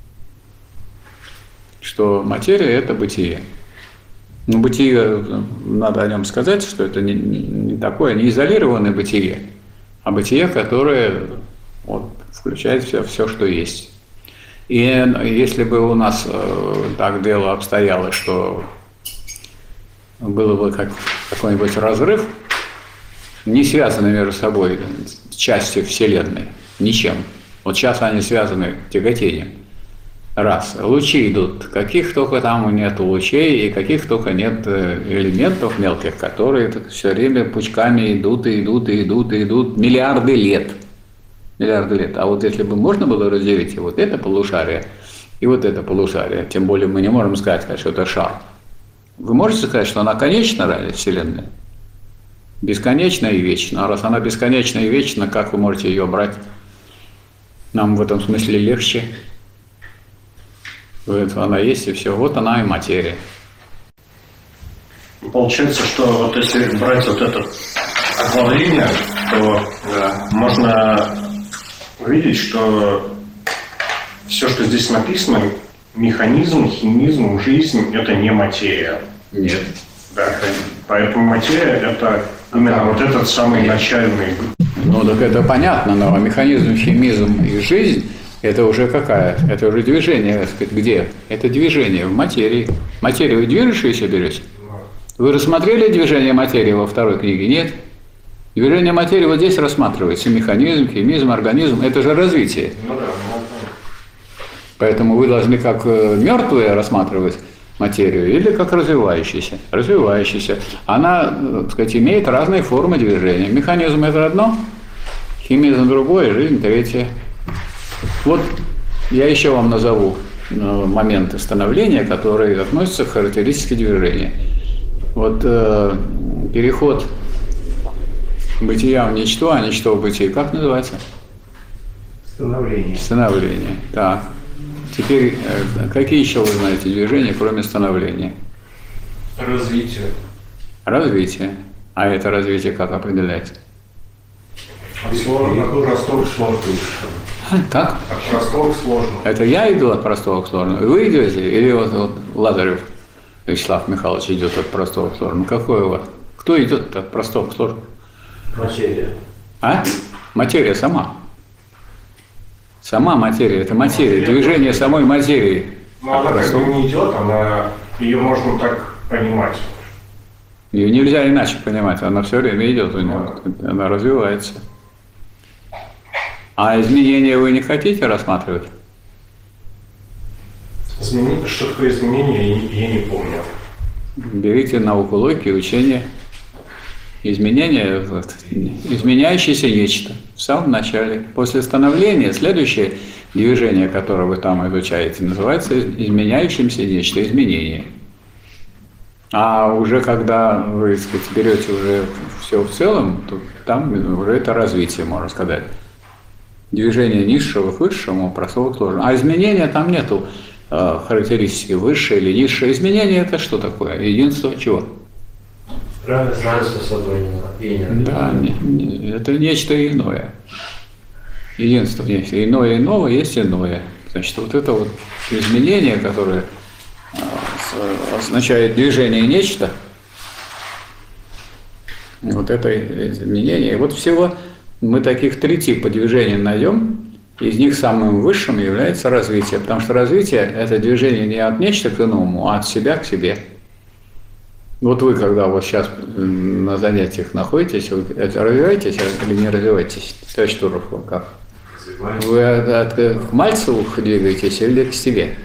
Что материя – это бытие. Но бытие, надо о нем сказать, что это не, не такое, не изолированное бытие, а бытие, которое вот, включает все, все, что есть. И если бы у нас э, так дело обстояло, что было бы как, какой-нибудь разрыв, не связанный между собой части Вселенной, ничем. Вот сейчас они связаны тяготением. Раз. Лучи идут, каких только там нет лучей, и каких только нет элементов мелких, которые все время пучками идут, и идут, и идут, и идут миллиарды лет. Миллиарды лет. А вот если бы можно было разделить и вот это полушарие, и вот это полушарие, тем более мы не можем сказать, что это шар. Вы можете сказать, что она конечна, ради Вселенной? Бесконечна и вечна. А раз она бесконечна и вечна, как вы можете ее брать? Нам в этом смысле легче. Вот она есть, и все. Вот она и материя. Получается, что вот если брать вот это оглавление, то да, можно увидеть, что все, что здесь написано, механизм, химизм, жизнь, это не материя. Нет. Да. Поэтому материя – это именно вот этот самый начальный. Ну, так это понятно, но механизм, химизм и жизнь – это уже какая? Это уже движение, так сказать, где? Это движение в материи. Материю вы движущуюся берете? Вы рассмотрели движение материи во второй книге? Нет? Движение материи вот здесь рассматривается. Механизм, химизм, организм – это же развитие. Поэтому вы должны как мертвые рассматривать материю или как развивающуюся. Развивающуюся. Она, так сказать, имеет разные формы движения. Механизм – это одно, химизм – другое, жизнь – третье. Вот я еще вам назову моменты становления, которые относятся к характеристике движения. Вот э, переход бытия в ничто, а ничто в бытие, как называется? Становление. Становление, так. Теперь, э, какие еще вы знаете движения, кроме становления? Развитие. Развитие. А это развитие как определяется? Сложно, простого к сложному. Как? От простого к сложному. Это я иду от простого к сложному? Вы идете? Или вот, вот Лазарев Вячеслав Михайлович идет от простого к сложному? Какой у вас? Кто идет от простого к сложному? Материя. А? Материя сама. Сама материя. Это материя. Движение самой материи. Но она как бы не идет, она, ее можно так понимать. Ее нельзя иначе понимать. Она все время идет у нее. Она развивается. А изменения вы не хотите рассматривать? Изменение, что такое изменение, я не, я не помню. Берите науку логики, учение. Изменение, вот, изменяющееся нечто в самом начале. После становления следующее движение, которое вы там изучаете, называется изменяющимся нечто, изменение. А уже когда вы, так сказать, берете уже все в целом, то там уже это развитие, можно сказать. Движение низшего к высшему, простого к сложному. А изменения там нету э, характеристики высшее или низшее. Изменение это что такое? Единство чего? Равенство собой не. Да, не, не, это нечто иное. Единство нечто иное иного есть иное. Значит, вот это вот изменение, которое э, означает движение нечто, вот это изменение. Вот всего мы таких три типа движения найдем, из них самым высшим является развитие, потому что развитие – это движение не от нечто к иному, а от себя к себе. Вот вы, когда вот сейчас на занятиях находитесь, вы развиваетесь или не развиваетесь? Товарищ Туров, как? Вы от, от, к Мальцеву двигаетесь или к себе?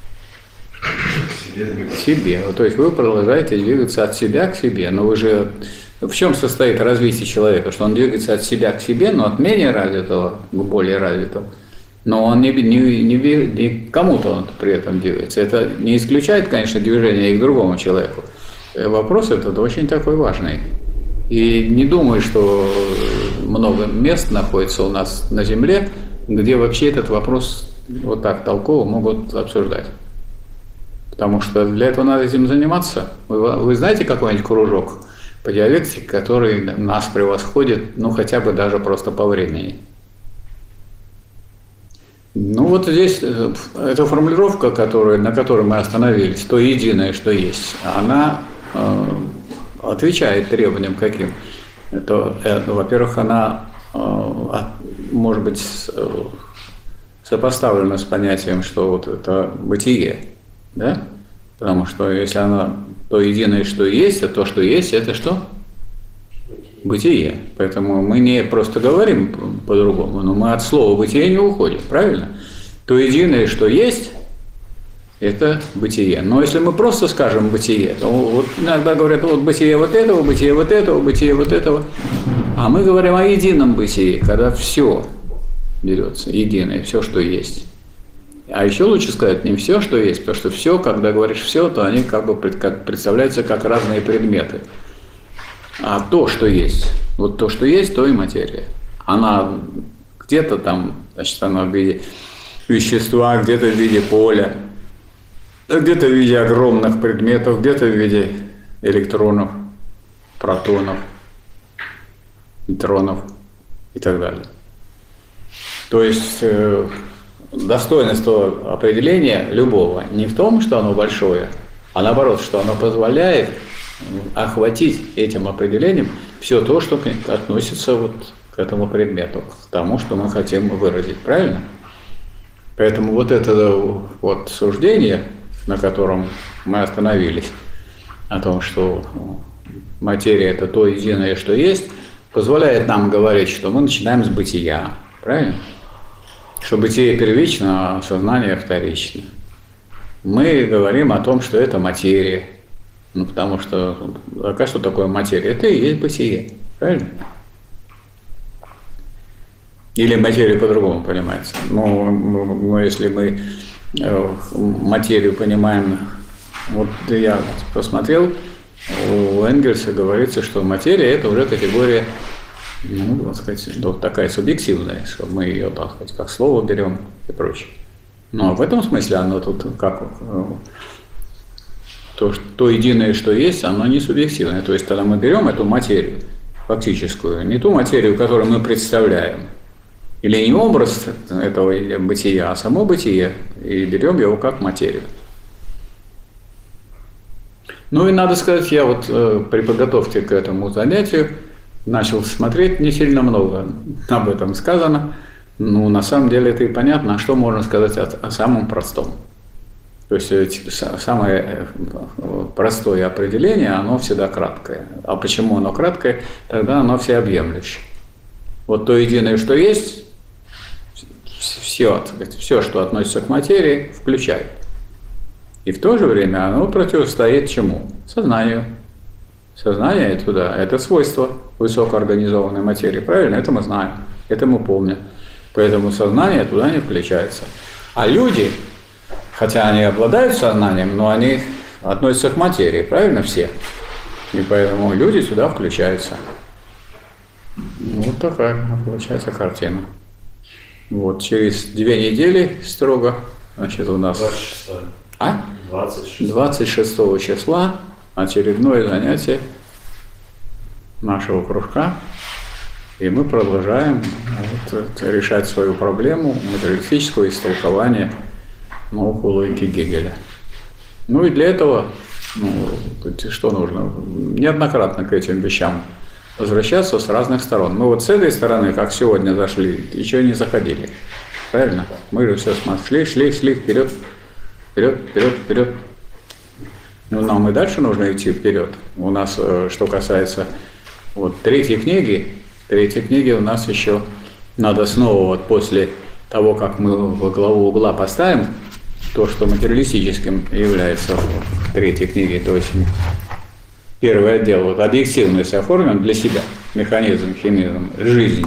К себе. То есть вы продолжаете двигаться от себя к себе, но вы же… В чем состоит развитие человека? Что он двигается от себя к себе, но от менее развитого к более развитому. Но он не, не, не, не к кому-то он при этом двигается. Это не исключает, конечно, движение и к другому человеку. Вопрос этот очень такой важный. И не думаю, что много мест находится у нас на Земле, где вообще этот вопрос вот так толково могут обсуждать. Потому что для этого надо этим заниматься. Вы, вы знаете какой-нибудь кружок, по диалектике, который нас превосходит, ну, хотя бы даже просто по времени. Ну, вот здесь эта формулировка, которая, на которой мы остановились, то единое, что есть, она э, отвечает требованиям каким? Это, э, во-первых, она, э, может быть, э, сопоставлена с понятием, что вот это бытие, да? Потому что если она то единое, что есть, а то, что есть, это что? Бытие. Поэтому мы не просто говорим по-другому, но мы от слова бытие не уходим, правильно? То единое, что есть, это бытие. Но если мы просто скажем бытие, то вот иногда говорят, вот бытие вот этого, бытие вот этого, бытие вот этого. А мы говорим о едином бытии, когда все берется, единое, все, что есть. А еще лучше сказать не все, что есть, потому что все, когда говоришь все, то они как бы представляются как разные предметы. А то, что есть, вот то, что есть, то и материя. Она где-то там, значит, она в виде вещества, где-то в виде поля, где-то в виде огромных предметов, где-то в виде электронов, протонов, нейтронов и так далее. То есть э, достоинство определения любого не в том, что оно большое, а наоборот, что оно позволяет охватить этим определением все то, что относится вот к этому предмету, к тому, что мы хотим выразить, правильно? Поэтому вот это вот суждение, на котором мы остановились, о том, что материя – это то единое, что есть, позволяет нам говорить, что мы начинаем с бытия, правильно? Что бытие первично, а сознание вторично. Мы говорим о том, что это материя. Ну, потому что, а что такое материя? Это и есть бытие, правильно? Или материя по-другому понимается. Ну, ну, если мы материю понимаем, вот я посмотрел, у Энгельса говорится, что материя – это уже категория, ну, так сказать, вот такая субъективная, что мы ее, так сказать, как слово берем и прочее. Ну, а в этом смысле оно тут как… То, то единое, что есть, оно не субъективное. То есть, тогда мы берем эту материю фактическую, не ту материю, которую мы представляем, или не образ этого бытия, а само бытие, и берем его как материю. Ну и надо сказать, я вот э, при подготовке к этому занятию начал смотреть, не сильно много об этом сказано, но на самом деле это и понятно, а что можно сказать о, о самом простом. То есть самое простое определение, оно всегда краткое. А почему оно краткое? Тогда оно всеобъемлющее. Вот то единое, что есть, все, все, что относится к материи, включает. И в то же время оно противостоит чему? Сознанию. Сознание это, да, это свойство высокоорганизованной материи. Правильно? Это мы знаем, это мы помним. Поэтому сознание туда не включается. А люди, хотя они обладают сознанием, но они относятся к материи, правильно, все? И поэтому люди сюда включаются. Вот такая получается картина. Вот, через две недели строго, значит, у нас… двадцать шестое. А? двадцать шестое. двадцать шестого числа очередное занятие нашего кружка. И мы продолжаем вот, решать свою проблему материалистического истолкования науку логики Гегеля. Ну и для этого, ну, что нужно? Неоднократно к этим вещам возвращаться с разных сторон. Мы вот с этой стороны, как сегодня зашли, еще не заходили. Правильно? Мы же все шли, шли, шли вперед, вперед, вперед, вперед. Ну, нам и дальше нужно идти вперед. У нас, что касается вот третьей книги, третьей книги у нас еще надо снова вот после того, как мы во главу угла поставим то, что материалистическим является в третьей книге, то есть первый отдел, вот объективность оформим для себя, механизм, химизм, жизнь.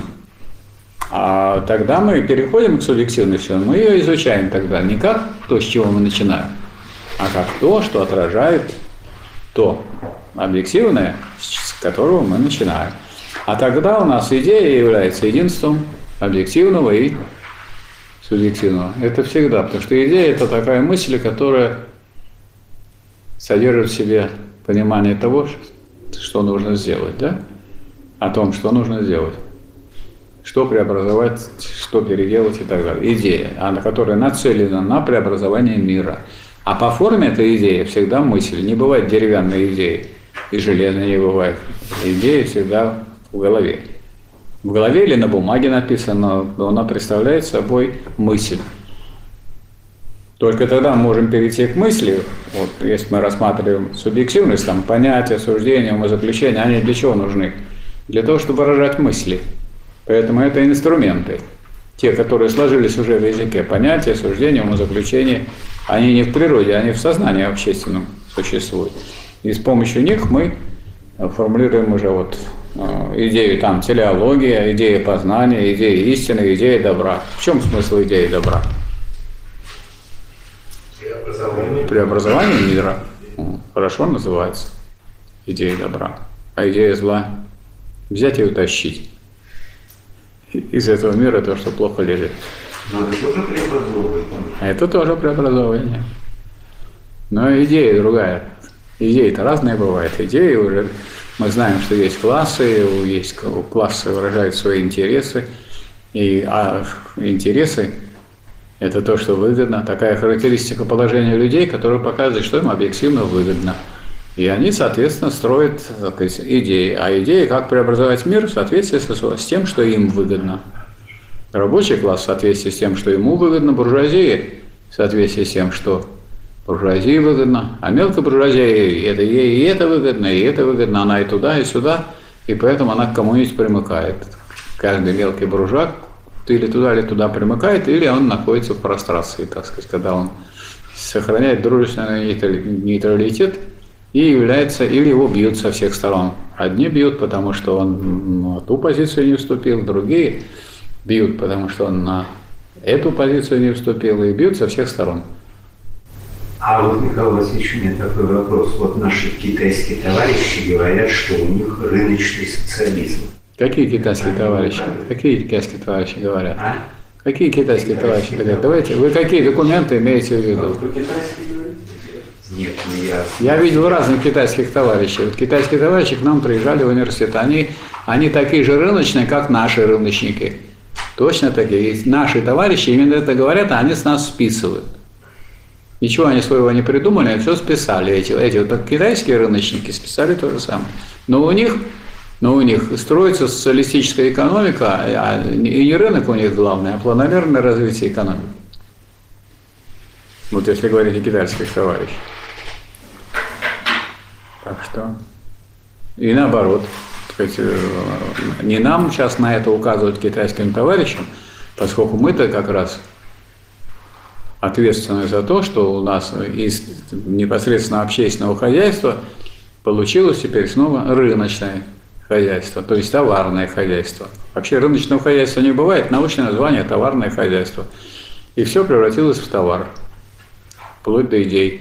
А тогда мы переходим к субъективности, мы ее изучаем тогда не как то, с чего мы начинаем, а как то, что отражает то объективное, с которого мы начинаем. А тогда у нас идея является единством объективного и субъективного. Это всегда, потому что идея – это такая мысль, которая содержит в себе понимание того, что нужно сделать, да? О том, что нужно сделать. Что преобразовать, что переделать и так далее. Идея, она, которая нацелена на преобразование мира. А по форме эта идея всегда мысль. Не бывает деревянной идеи, и железной не бывает. Идея всегда в голове. В голове или на бумаге написано, но она представляет собой мысль. Только тогда мы можем перейти к мысли. Вот, если мы рассматриваем субъективность, там, понятия, суждения, умозаключения, они для чего нужны? Для того, чтобы выражать мысли. Поэтому это инструменты. Те, которые сложились уже в языке. Понятия, суждения, умозаключения, они не в природе, они в сознании общественном существуют. И с помощью них мы формулируем уже вот идею там телеология, идея познания, идея истины, идея добра. В чем смысл идеи добра? Преобразование. Преобразование мира. Хорошо называется. Идея добра. А идея зла взять и утащить из этого мира то, что плохо лежит. Но это тоже преобразовывание. Это тоже преобразование. Но идея другая. Идеи-то разные бывают. Идеи уже... Мы знаем, что есть классы, есть классы выражают свои интересы. И, а интересы – это то, что выгодно. Такая характеристика положения людей, которая показывает, что им объективно выгодно. И они, соответственно, строят, так сказать, идеи. А идеи, как преобразовать мир в соответствии с тем, что им выгодно. Рабочий класс в соответствии с тем, что ему выгодно, буржуазия в соответствии с тем, что буржуазии выгодно, а мелкая буржуазия, это ей и это выгодно, и это выгодно, она и туда, и сюда, и поэтому она к кому-нибудь примыкает. Каждый мелкий буржуа или туда, или туда примыкает, или он находится в прострации, так сказать, когда он сохраняет дружественный нейтралитет и является, или его бьют со всех сторон. Одни бьют, потому что он на ту позицию не вступил, другие бьют, потому что он на эту позицию не вступил, и бьют со всех сторон. А вот, Михаил Васильевич, у меня такой вопрос. Вот наши китайские товарищи говорят, что у них рыночный социализм. Какие китайские товарищи? Какие китайские товарищи говорят? А? Какие китайские товарищи говорят? Давайте, вы какие документы имеете в виду? Нет, ну я... Я видел разных китайских товарищей. Вот китайские товарищи к нам приезжали в университет. Они, они такие же рыночные, как наши рыночники. Точно такие. И наши товарищи именно это говорят, а они с нас списывают. Ничего они своего не придумали, а все списали. Эти, эти вот китайские рыночники списали то же самое. Но у них, но у них строится социалистическая экономика, а и не рынок у них главный, а планомерное развитие экономики. Вот если говорить о китайских товарищах. Так что и наоборот, так сказать, не нам сейчас на это указывать китайским товарищам, поскольку мы-то как раз ответственны за то, что у нас из непосредственно общественного хозяйства получилось теперь снова рыночное хозяйство, то есть товарное хозяйство. Вообще рыночного хозяйства не бывает, научное название – товарное хозяйство. И все превратилось в товар, вплоть до идей.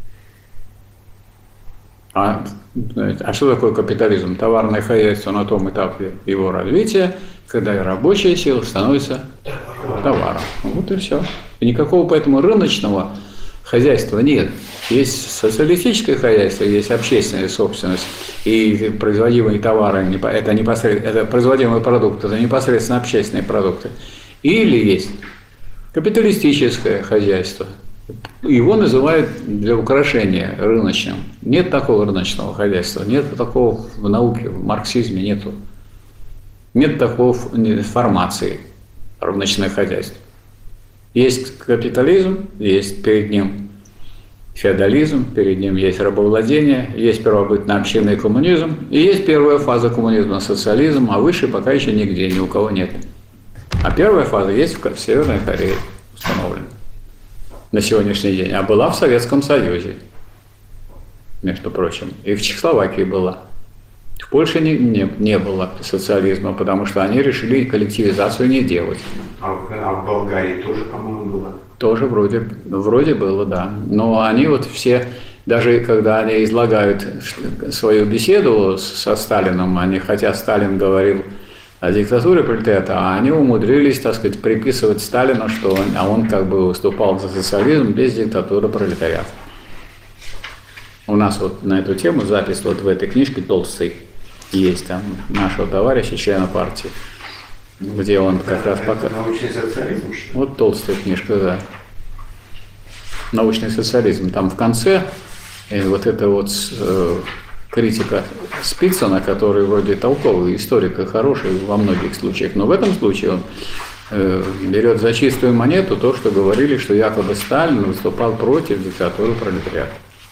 А, а что такое капитализм? Товарное хозяйство на том этапе его развития, когда рабочая сила становится товаром. Вот и все. И никакого поэтому рыночного хозяйства нет. Есть социалистическое хозяйство, есть общественная собственность, и производимые товары, это, непосредственно, это производимые продукты, это непосредственно общественные продукты. Или есть капиталистическое хозяйство. Его называют для украшения рыночным. Нет такого рыночного хозяйства, нет такого в науке, в марксизме нету. Нет такого формации рыночное хозяйство. Есть капитализм, есть перед ним феодализм, перед ним есть рабовладение, есть первобытно-общинный коммунизм, и есть первая фаза коммунизма, социализм, а выше пока еще нигде, ни у кого нет. А первая фаза есть в Северной Корее установлена на сегодняшний день, а была в Советском Союзе, между прочим, и в Чехословакии была. В Польше не, не, не было социализма, потому что они решили коллективизацию не делать. А в, а в Болгарии тоже, по-моему, было? Тоже вроде, вроде было, да. Но они вот все, даже когда они излагают свою беседу со Сталином, они, хотя Сталин говорил о диктатуре пролетариата, а они умудрились, так сказать, приписывать Сталину, что он, а он как бы выступал за социализм без диктатуры пролетариата. У нас вот на эту тему запись вот в этой книжке толстой есть, там, нашего товарища, члена партии, где он как раз показывает. Научный социализм, что ли? Вот толстая книжка, да. Научный социализм. Там в конце и вот эта вот э, критика Спицына, который вроде толковый историк и хороший во многих случаях, но в этом случае он э, берет за чистую монету то, что говорили, что якобы Сталин выступал против диктатуры пролетариата.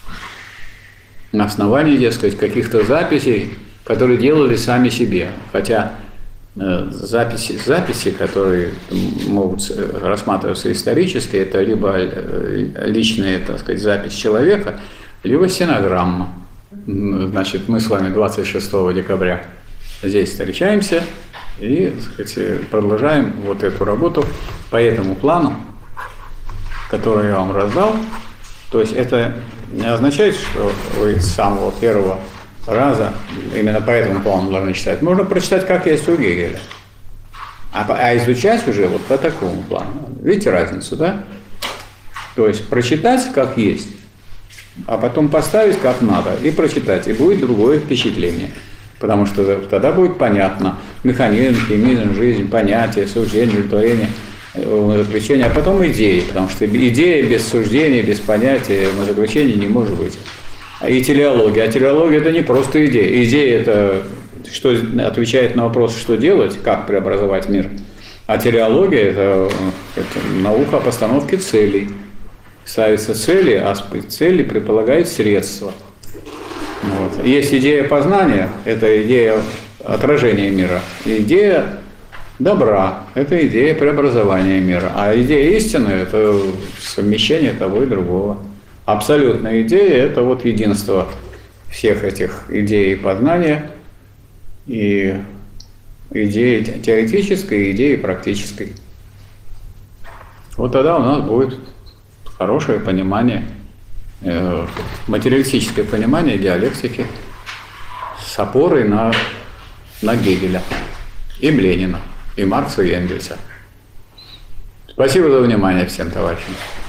На основании, дескать, каких-то записей, которые делали сами себе. Хотя э, записи, записи, которые могут рассматриваться исторически, это либо личная, так сказать, запись человека, либо стенограмма. Значит, мы с вами двадцать шестого декабря здесь встречаемся и, так сказать, продолжаем вот эту работу по этому плану, который я вам раздал. То есть это не означает, что вы с самого первого раза именно по этому плану должны читать. Можно прочитать, как есть у Гегеля. А, а изучать уже вот по такому плану. Видите разницу, да? То есть прочитать, как есть, а потом поставить, как надо, и прочитать, и будет другое впечатление. Потому что тогда будет понятно механизм, химизм, жизнь, понятие, суждение, удовлетворение, заключение, а потом идеи, потому что идея без суждения, без понятия, заключения не может быть. И телеология. А телеология – это не просто идея. Идея – это что отвечает на вопрос, что делать, как преобразовать мир. А телеология – это, это наука о постановке целей. Ставятся цели, а цели предполагают средства. Вот. Есть идея познания – это идея отражения мира. Идея добра – это идея преобразования мира. А идея истины – это совмещение того и другого. Абсолютная идея – это вот единство всех этих идей познания и идеи теоретической и идеи практической. Вот тогда у нас будет хорошее понимание, э, материалистическое понимание диалектики с опорой на, на Гегеля и Ленина, и Маркса, и Энгельса. Спасибо за внимание всем, товарищам.